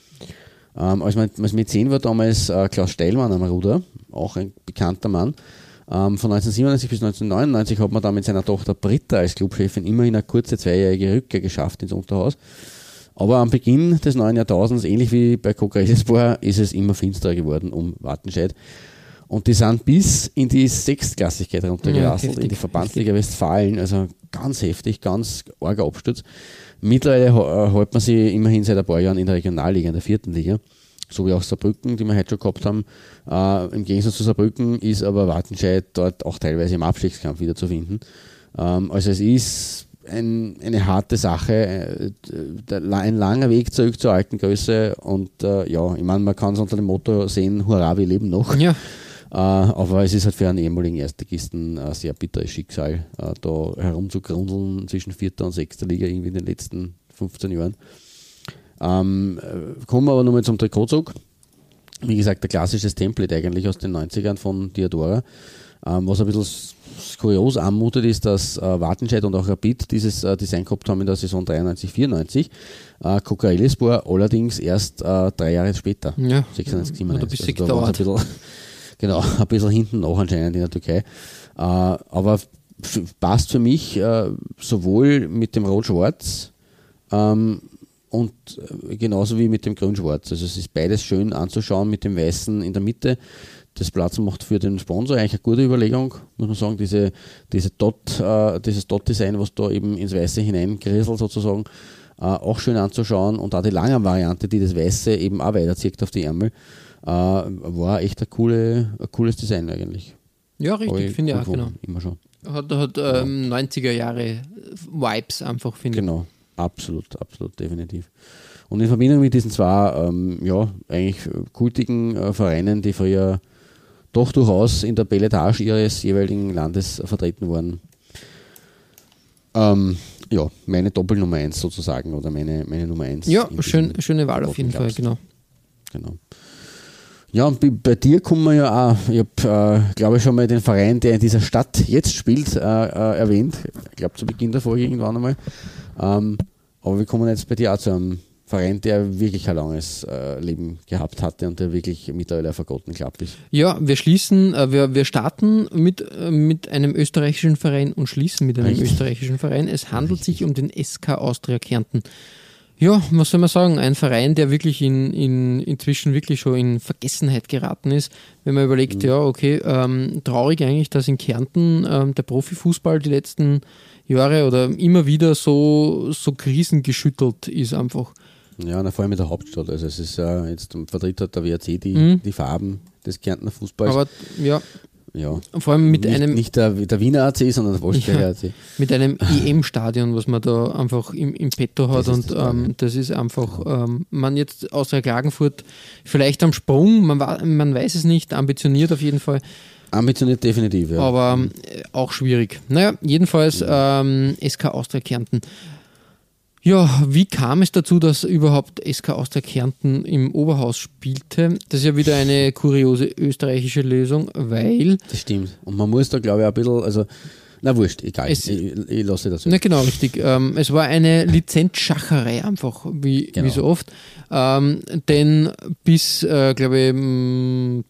Als Mäzen war damals Klaus Steilmann am Ruder, auch ein bekannter Mann. Von 1997 bis 1999 hat man da mit seiner Tochter Britta als Clubchefin immerhin eine kurze 2-jährige Rückkehr geschafft ins Unterhaus. Aber am Beginn des neuen Jahrtausends, ähnlich wie bei Kocaelispor, ist es immer finsterer geworden um Wattenscheid. Und die sind bis in die 6. Klassigkeit runtergerasselt, in die Verbandsliga Westfalen, also ganz heftig, ganz arger Absturz. Mittlerweile hält man sie immerhin seit ein paar Jahren in der Regionalliga, in der 4. Liga, so wie auch Saarbrücken, die wir heute schon gehabt haben. Im Gegensatz zu Saarbrücken ist aber Wattenscheid dort auch teilweise im Abstiegskampf wieder zu finden. Also es ist eine harte Sache, ein langer Weg zurück zur alten Größe und ich meine, man kann es unter dem Motto sehen, hurra, wir leben noch. Ja. Aber es ist halt für einen ehemaligen Erstligisten ein sehr bitteres Schicksal, da herumzugrundeln zwischen 4. und 6. Liga irgendwie in den letzten 15 Jahren. Kommen wir aber nochmal zum Trikotzug. Wie gesagt, der klassisches Template eigentlich aus den 90ern von Diadora. Was ein bisschen kurios anmutet, ist, dass Wattenscheid und auch Rapid dieses Design gehabt haben in der Saison 93-94. Kocaelispor allerdings erst 3 Jahre später. Ja. 96, 97. Ein bisschen ein bisschen hinten nach anscheinend in der Türkei. Aber passt für mich sowohl mit dem Rot-Schwarz und genauso wie mit dem Grün-Schwarz. Also es ist beides schön anzuschauen mit dem Weißen in der Mitte. Das Platz macht für den Sponsor eigentlich eine gute Überlegung, muss man sagen. Dieses Dot-Design, was da eben ins Weiße hineingrieselt sozusagen, auch schön anzuschauen. Und auch die lange Variante, die das Weiße eben auch weiterzieht auf die Ärmel, war echt ein cooles Design eigentlich. Ja, richtig, finde ich auch, genau. Immer schon. Hat 90er Jahre Vibes einfach, finde ich. Genau, absolut, definitiv. Und in Verbindung mit diesen zwei, eigentlich kultigen Vereinen, die früher doch durchaus in der Belletage ihres jeweiligen Landes vertreten waren, meine Doppelnummer 1 sozusagen, oder meine Nummer 1. Ja, schöne Wahl auf jeden Fall, genau. Ja, und bei dir kommen wir ja auch, ich habe, glaube ich, schon mal den Verein, der in dieser Stadt jetzt spielt, erwähnt. Ich glaube, zu Beginn der Folge irgendwann einmal. Aber wir kommen jetzt bei dir auch zu einem Verein, der wirklich ein langes Leben gehabt hatte und der wirklich mittlerweile vergotten klappt ist. Ja, wir starten mit einem österreichischen Verein und schließen mit einem österreichischen Verein. Es handelt sich um den SK Austria Kärnten. Ja, was soll man sagen? Ein Verein, der wirklich inzwischen wirklich schon in Vergessenheit geraten ist. Wenn man überlegt, traurig eigentlich, dass in Kärnten der Profifußball die letzten Jahre oder immer wieder so krisengeschüttelt ist einfach. Ja, vor allem mit der Hauptstadt. Also es ist jetzt vertritt hat der WRC die Farben des Kärntner Fußballs. Aber ja. Vor allem mit nicht der Wiener AC, sondern der Wolfsberger AC. Mit einem EM-Stadion, was man da einfach im Petto hat. Das ist einfach, man jetzt aus der Klagenfurt vielleicht am Sprung, man weiß es nicht, ambitioniert auf jeden Fall. Ambitioniert definitiv, ja. Aber auch schwierig. Naja, jedenfalls SK Austria Kärnten. Ja, wie kam es dazu, dass überhaupt SK Austria Kärnten im Oberhaus spielte? Das ist ja wieder eine kuriose österreichische Lösung, weil... Das stimmt. Und man muss da, glaube ich, ein bisschen, also, na wurscht, egal, ich lasse das. Na genau, richtig. Es war eine Lizenzschacherei einfach, wie so oft. Denn bis, glaube ich,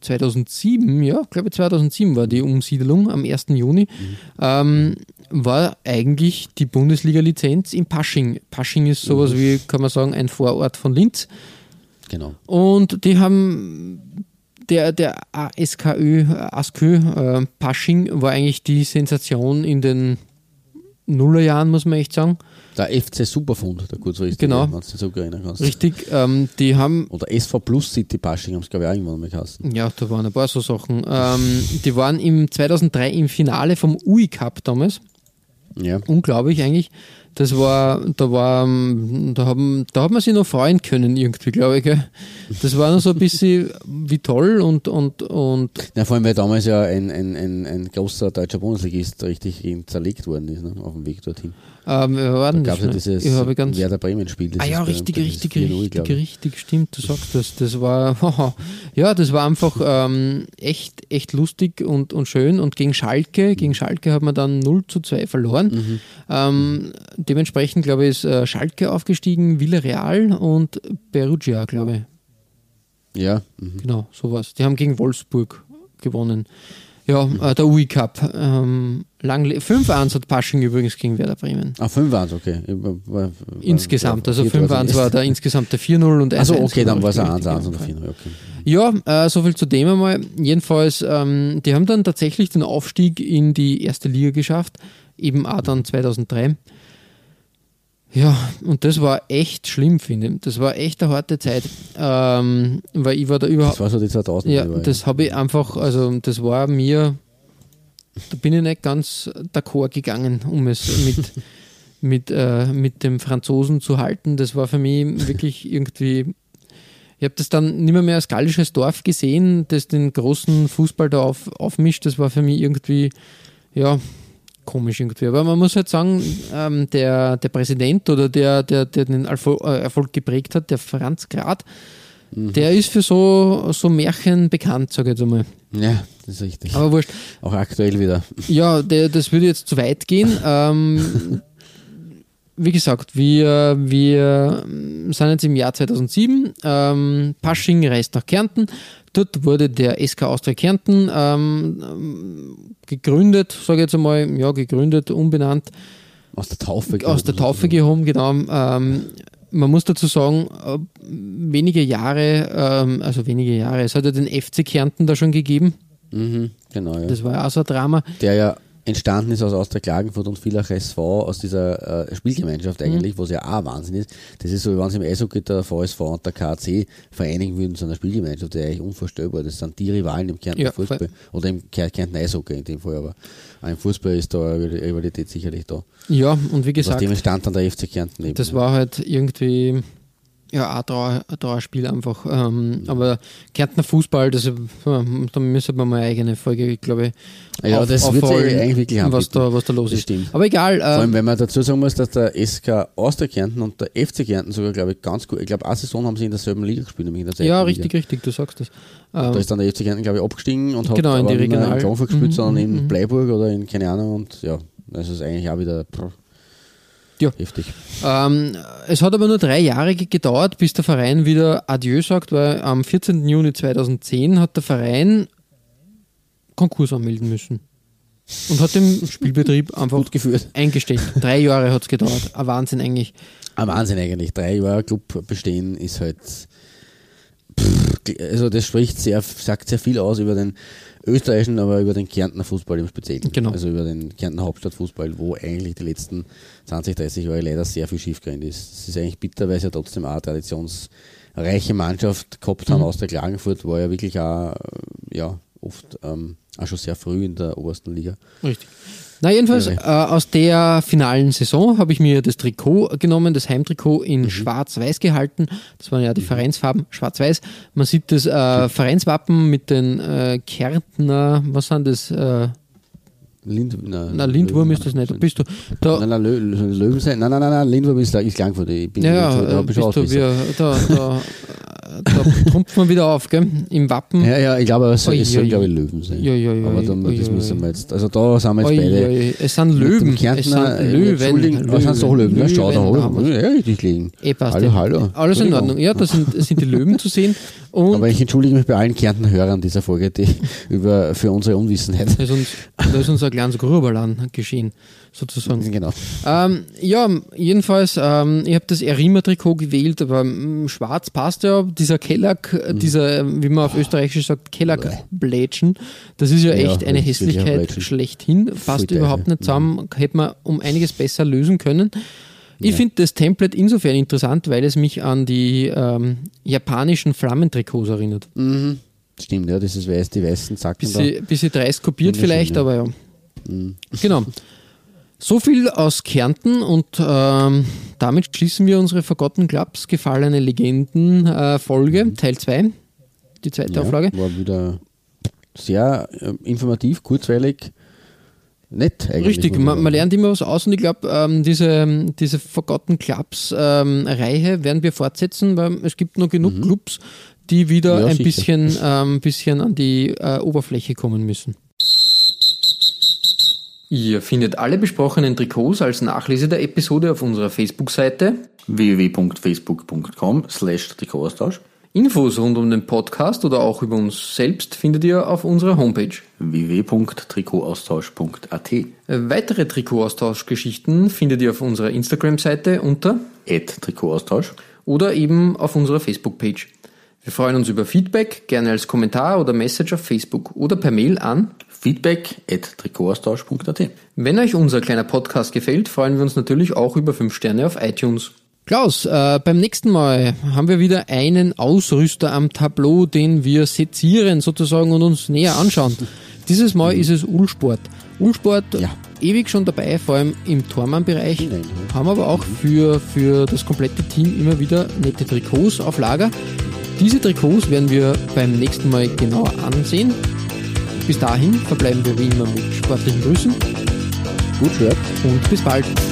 2007 war die Umsiedelung am 1. Juni. War eigentlich die Bundesliga-Lizenz in Pasching. Pasching ist sowas wie, kann man sagen, ein Vorort von Linz. Genau. Und die haben, der ASKÖ Pasching war eigentlich die Sensation in den Nullerjahren, muss man echt sagen. Der FC Superfund, der kurzfristig, genau. wenn du dich so erinnern kannst. Richtig, die haben... Oder SV Plus City Pasching, haben es glaube ich auch irgendwann mal geheißen. Ja, da waren ein paar so Sachen. Die waren im 2003 im Finale vom UI Cup damals. Ja. Unglaublich eigentlich. Da hat man sich noch freuen können irgendwie, glaube ich. Gell? Das war noch so ein bisschen wie toll und ja, vor allem, weil damals ja ein großer deutscher Bundesligist richtig zerlegt worden ist, ne, auf dem Weg dorthin. Da gab es ja dieses Werder Bremen-Spiel. Richtig, stimmt, du sagst das. Das war, das war einfach echt lustig und schön. Und gegen Schalke hat man dann 0:2 verloren. Dementsprechend, glaube ich, ist Schalke aufgestiegen, Villarreal und Perugia, glaube ich. Ja. Genau, sowas. Die haben gegen Wolfsburg gewonnen. Ja, der UI Cup. 5-1 hat Pasching übrigens gegen Werder Bremen. 5-1, okay. Insgesamt, also 5-1 war da insgesamt der 4-0 und 1-1. Also okay, dann war es 1-1 und der 4-0, okay. Ja, soviel zu dem einmal. Jedenfalls, die haben dann tatsächlich den Aufstieg in die erste Liga geschafft, eben auch dann 2003. Ja, und das war echt schlimm, finde ich. Das war echt eine harte Zeit, weil ich war da überhaupt... Das war so die 2000er. Ja, das habe ich einfach, also das war mir, da bin ich nicht ganz d'accord gegangen, um es mit dem Franzosen zu halten. Das war für mich wirklich irgendwie, ich habe das dann nicht mehr als gallisches Dorf gesehen, das den großen Fußball da aufmischt. Das war für mich irgendwie, ja, komisch irgendwie. Aber man muss halt sagen, der Präsident oder der den Erfolg geprägt hat, der Franz Grad, der ist für so Märchen bekannt, sage ich jetzt einmal. Ja, das ist richtig. Aber wurscht. Auch aktuell wieder. Ja, das würde jetzt zu weit gehen. Wie gesagt, wir sind jetzt im Jahr 2007. Pasching reist nach Kärnten. Dort wurde der SK Austria Kärnten gegründet, sage ich jetzt einmal, ja, gegründet, umbenannt. Aus der Taufe gehoben, genau. Man muss dazu sagen, wenige Jahre, es hat ja den FC Kärnten da schon gegeben. Genau, ja. Das war ja auch so ein Drama. Der ja entstanden ist aus Austria Klagenfurt und Villach SV, aus dieser Spielgemeinschaft eigentlich, was ja auch Wahnsinn ist. Das ist so, wie wenn sie im Eishockey der VSV und der KAC vereinigen würden zu einer Spielgemeinschaft, das ist eigentlich unvorstellbar. Das sind die Rivalen im Kärntner Fußball. Voll. Oder im Kärntner Eishockey in dem Fall, aber auch im Fußball ist da eine Rivalität sicherlich da. Ja, und wie gesagt, aus dem entstand dann der FC Kärnten eben. Das war halt irgendwie, ja, ein Trauerspiel einfach. Aber Kärntner Fußball, da müssen wir mal eine eigene Folge, glaube ich, das wird eigentlich wirklich haben, was da los ist. Stimmt. Aber egal. Vor allem, wenn man dazu sagen muss, dass der SK Austria Kärnten und der FC Kärnten sogar, glaube ich, ganz gut, ich glaube, eine Saison haben sie in derselben Liga gespielt, nämlich in der zweiten Liga. Richtig, du sagst das. Da ist dann der FC Kärnten, glaube ich, abgestiegen und hat genau, aber in die nicht mehr in Klagenfurt gespielt, sondern in Mhm. Bleiburg oder in, keine Ahnung, und ja, das ist eigentlich auch wieder heftig. Es hat aber nur 3 Jahre gedauert, bis der Verein wieder Adieu sagt, weil am 14. Juni 2010 hat der Verein Konkurs anmelden müssen und hat den Spielbetrieb einfach eingestellt. 3 Jahre hat es gedauert. Ein Wahnsinn eigentlich. 3 Jahre Club bestehen ist halt, also das sagt sehr viel aus über den österreichischen, aber über den Kärntner Fußball im Speziellen. Genau. Also über den Kärntner Hauptstadtfußball, wo eigentlich die letzten 20, 30 Jahre leider sehr viel schiefgegangen ist. Es ist eigentlich bitter, weil es ja trotzdem auch eine traditionsreiche Mannschaft gehabt haben aus der Klagenfurt, war ja wirklich auch, oft auch schon sehr früh in der obersten Liga. Richtig. Na jedenfalls, aus der finalen Saison habe ich mir das Trikot genommen, das Heimtrikot in schwarz-weiß gehalten. Das waren ja die Vereinsfarben, schwarz-weiß. Man sieht das Vereinswappen mit den Kärntner, was sind das? Lindwurm ist das nicht. Bist du da? Nein, Löwenzahn. Nein, Lindwurm ist Klagenfurt. Da trumpft man wieder auf, gell? Im Wappen. Ja, ich glaube, es soll, glaube ich, Löwen sein. Aber das müssen wir jetzt, also da sind wir jetzt beide. Es sind Löwen. Es sind Löwen. Was sind so Löwen? Ja, schau da, ja, richtig liegen. Passt. Hallo. Alles in Ordnung. Ja, da sind die Löwen zu sehen. Und aber ich entschuldige mich bei allen Kärntner Hörern dieser Folge, die für unsere Unwissenheit. Da ist unser kleines Gruberlan geschehen, sozusagen. Genau. Jedenfalls, ich habe das Erima-Trikot gewählt, aber schwarz passt ja. Dieser Kellack, wie man auf Österreichisch sagt, Kellack-Blätschen, das ist ja echt eine Hässlichkeit schlechthin. Passt überhaupt nicht zusammen, hätte man um einiges besser lösen können. Ich finde das Template insofern interessant, weil es mich an die japanischen Flammentrikots erinnert. Mhm. Stimmt, ja, das ist weiß, die weißen Zacken. Bisschen dreist kopiert vielleicht, aber ja. Genau. So viel aus Kärnten und damit schließen wir unsere Forgotten Clubs gefallene Legenden Folge, Teil 2, die zweite Auflage. War wieder sehr informativ, kurzweilig, nett eigentlich. Richtig, man lernt immer was aus und ich glaube, diese Forgotten Clubs Reihe werden wir fortsetzen, weil es gibt noch genug Clubs, die wieder ein bisschen an die Oberfläche kommen müssen. Ihr findet alle besprochenen Trikots als Nachlese der Episode auf unserer Facebook-Seite www.facebook.com/Trikotaustausch. Infos rund um den Podcast oder auch über uns selbst findet ihr auf unserer Homepage www.trikotaustausch.at. Weitere Trikotaustauschgeschichten findet ihr auf unserer Instagram-Seite unter @Trikotaustausch oder eben auf unserer Facebook-Page. Wir freuen uns über Feedback, gerne als Kommentar oder Message auf Facebook oder per Mail an feedback@trikotaustausch.at. Wenn euch unser kleiner Podcast gefällt, freuen wir uns natürlich auch über 5 Sterne auf iTunes. Klaus, beim nächsten Mal haben wir wieder einen Ausrüster am Tableau, den wir sezieren sozusagen und uns näher anschauen. Dieses Mal ist es Uhlsport. Uhlsport ewig schon dabei, vor allem im Tormann-Bereich, haben aber auch für das komplette Team immer wieder nette Trikots auf Lager. Diese Trikots werden wir beim nächsten Mal genauer ansehen. Bis dahin verbleiben wir wie immer mit sportlichen Grüßen. Gut Shirt. Und bis bald.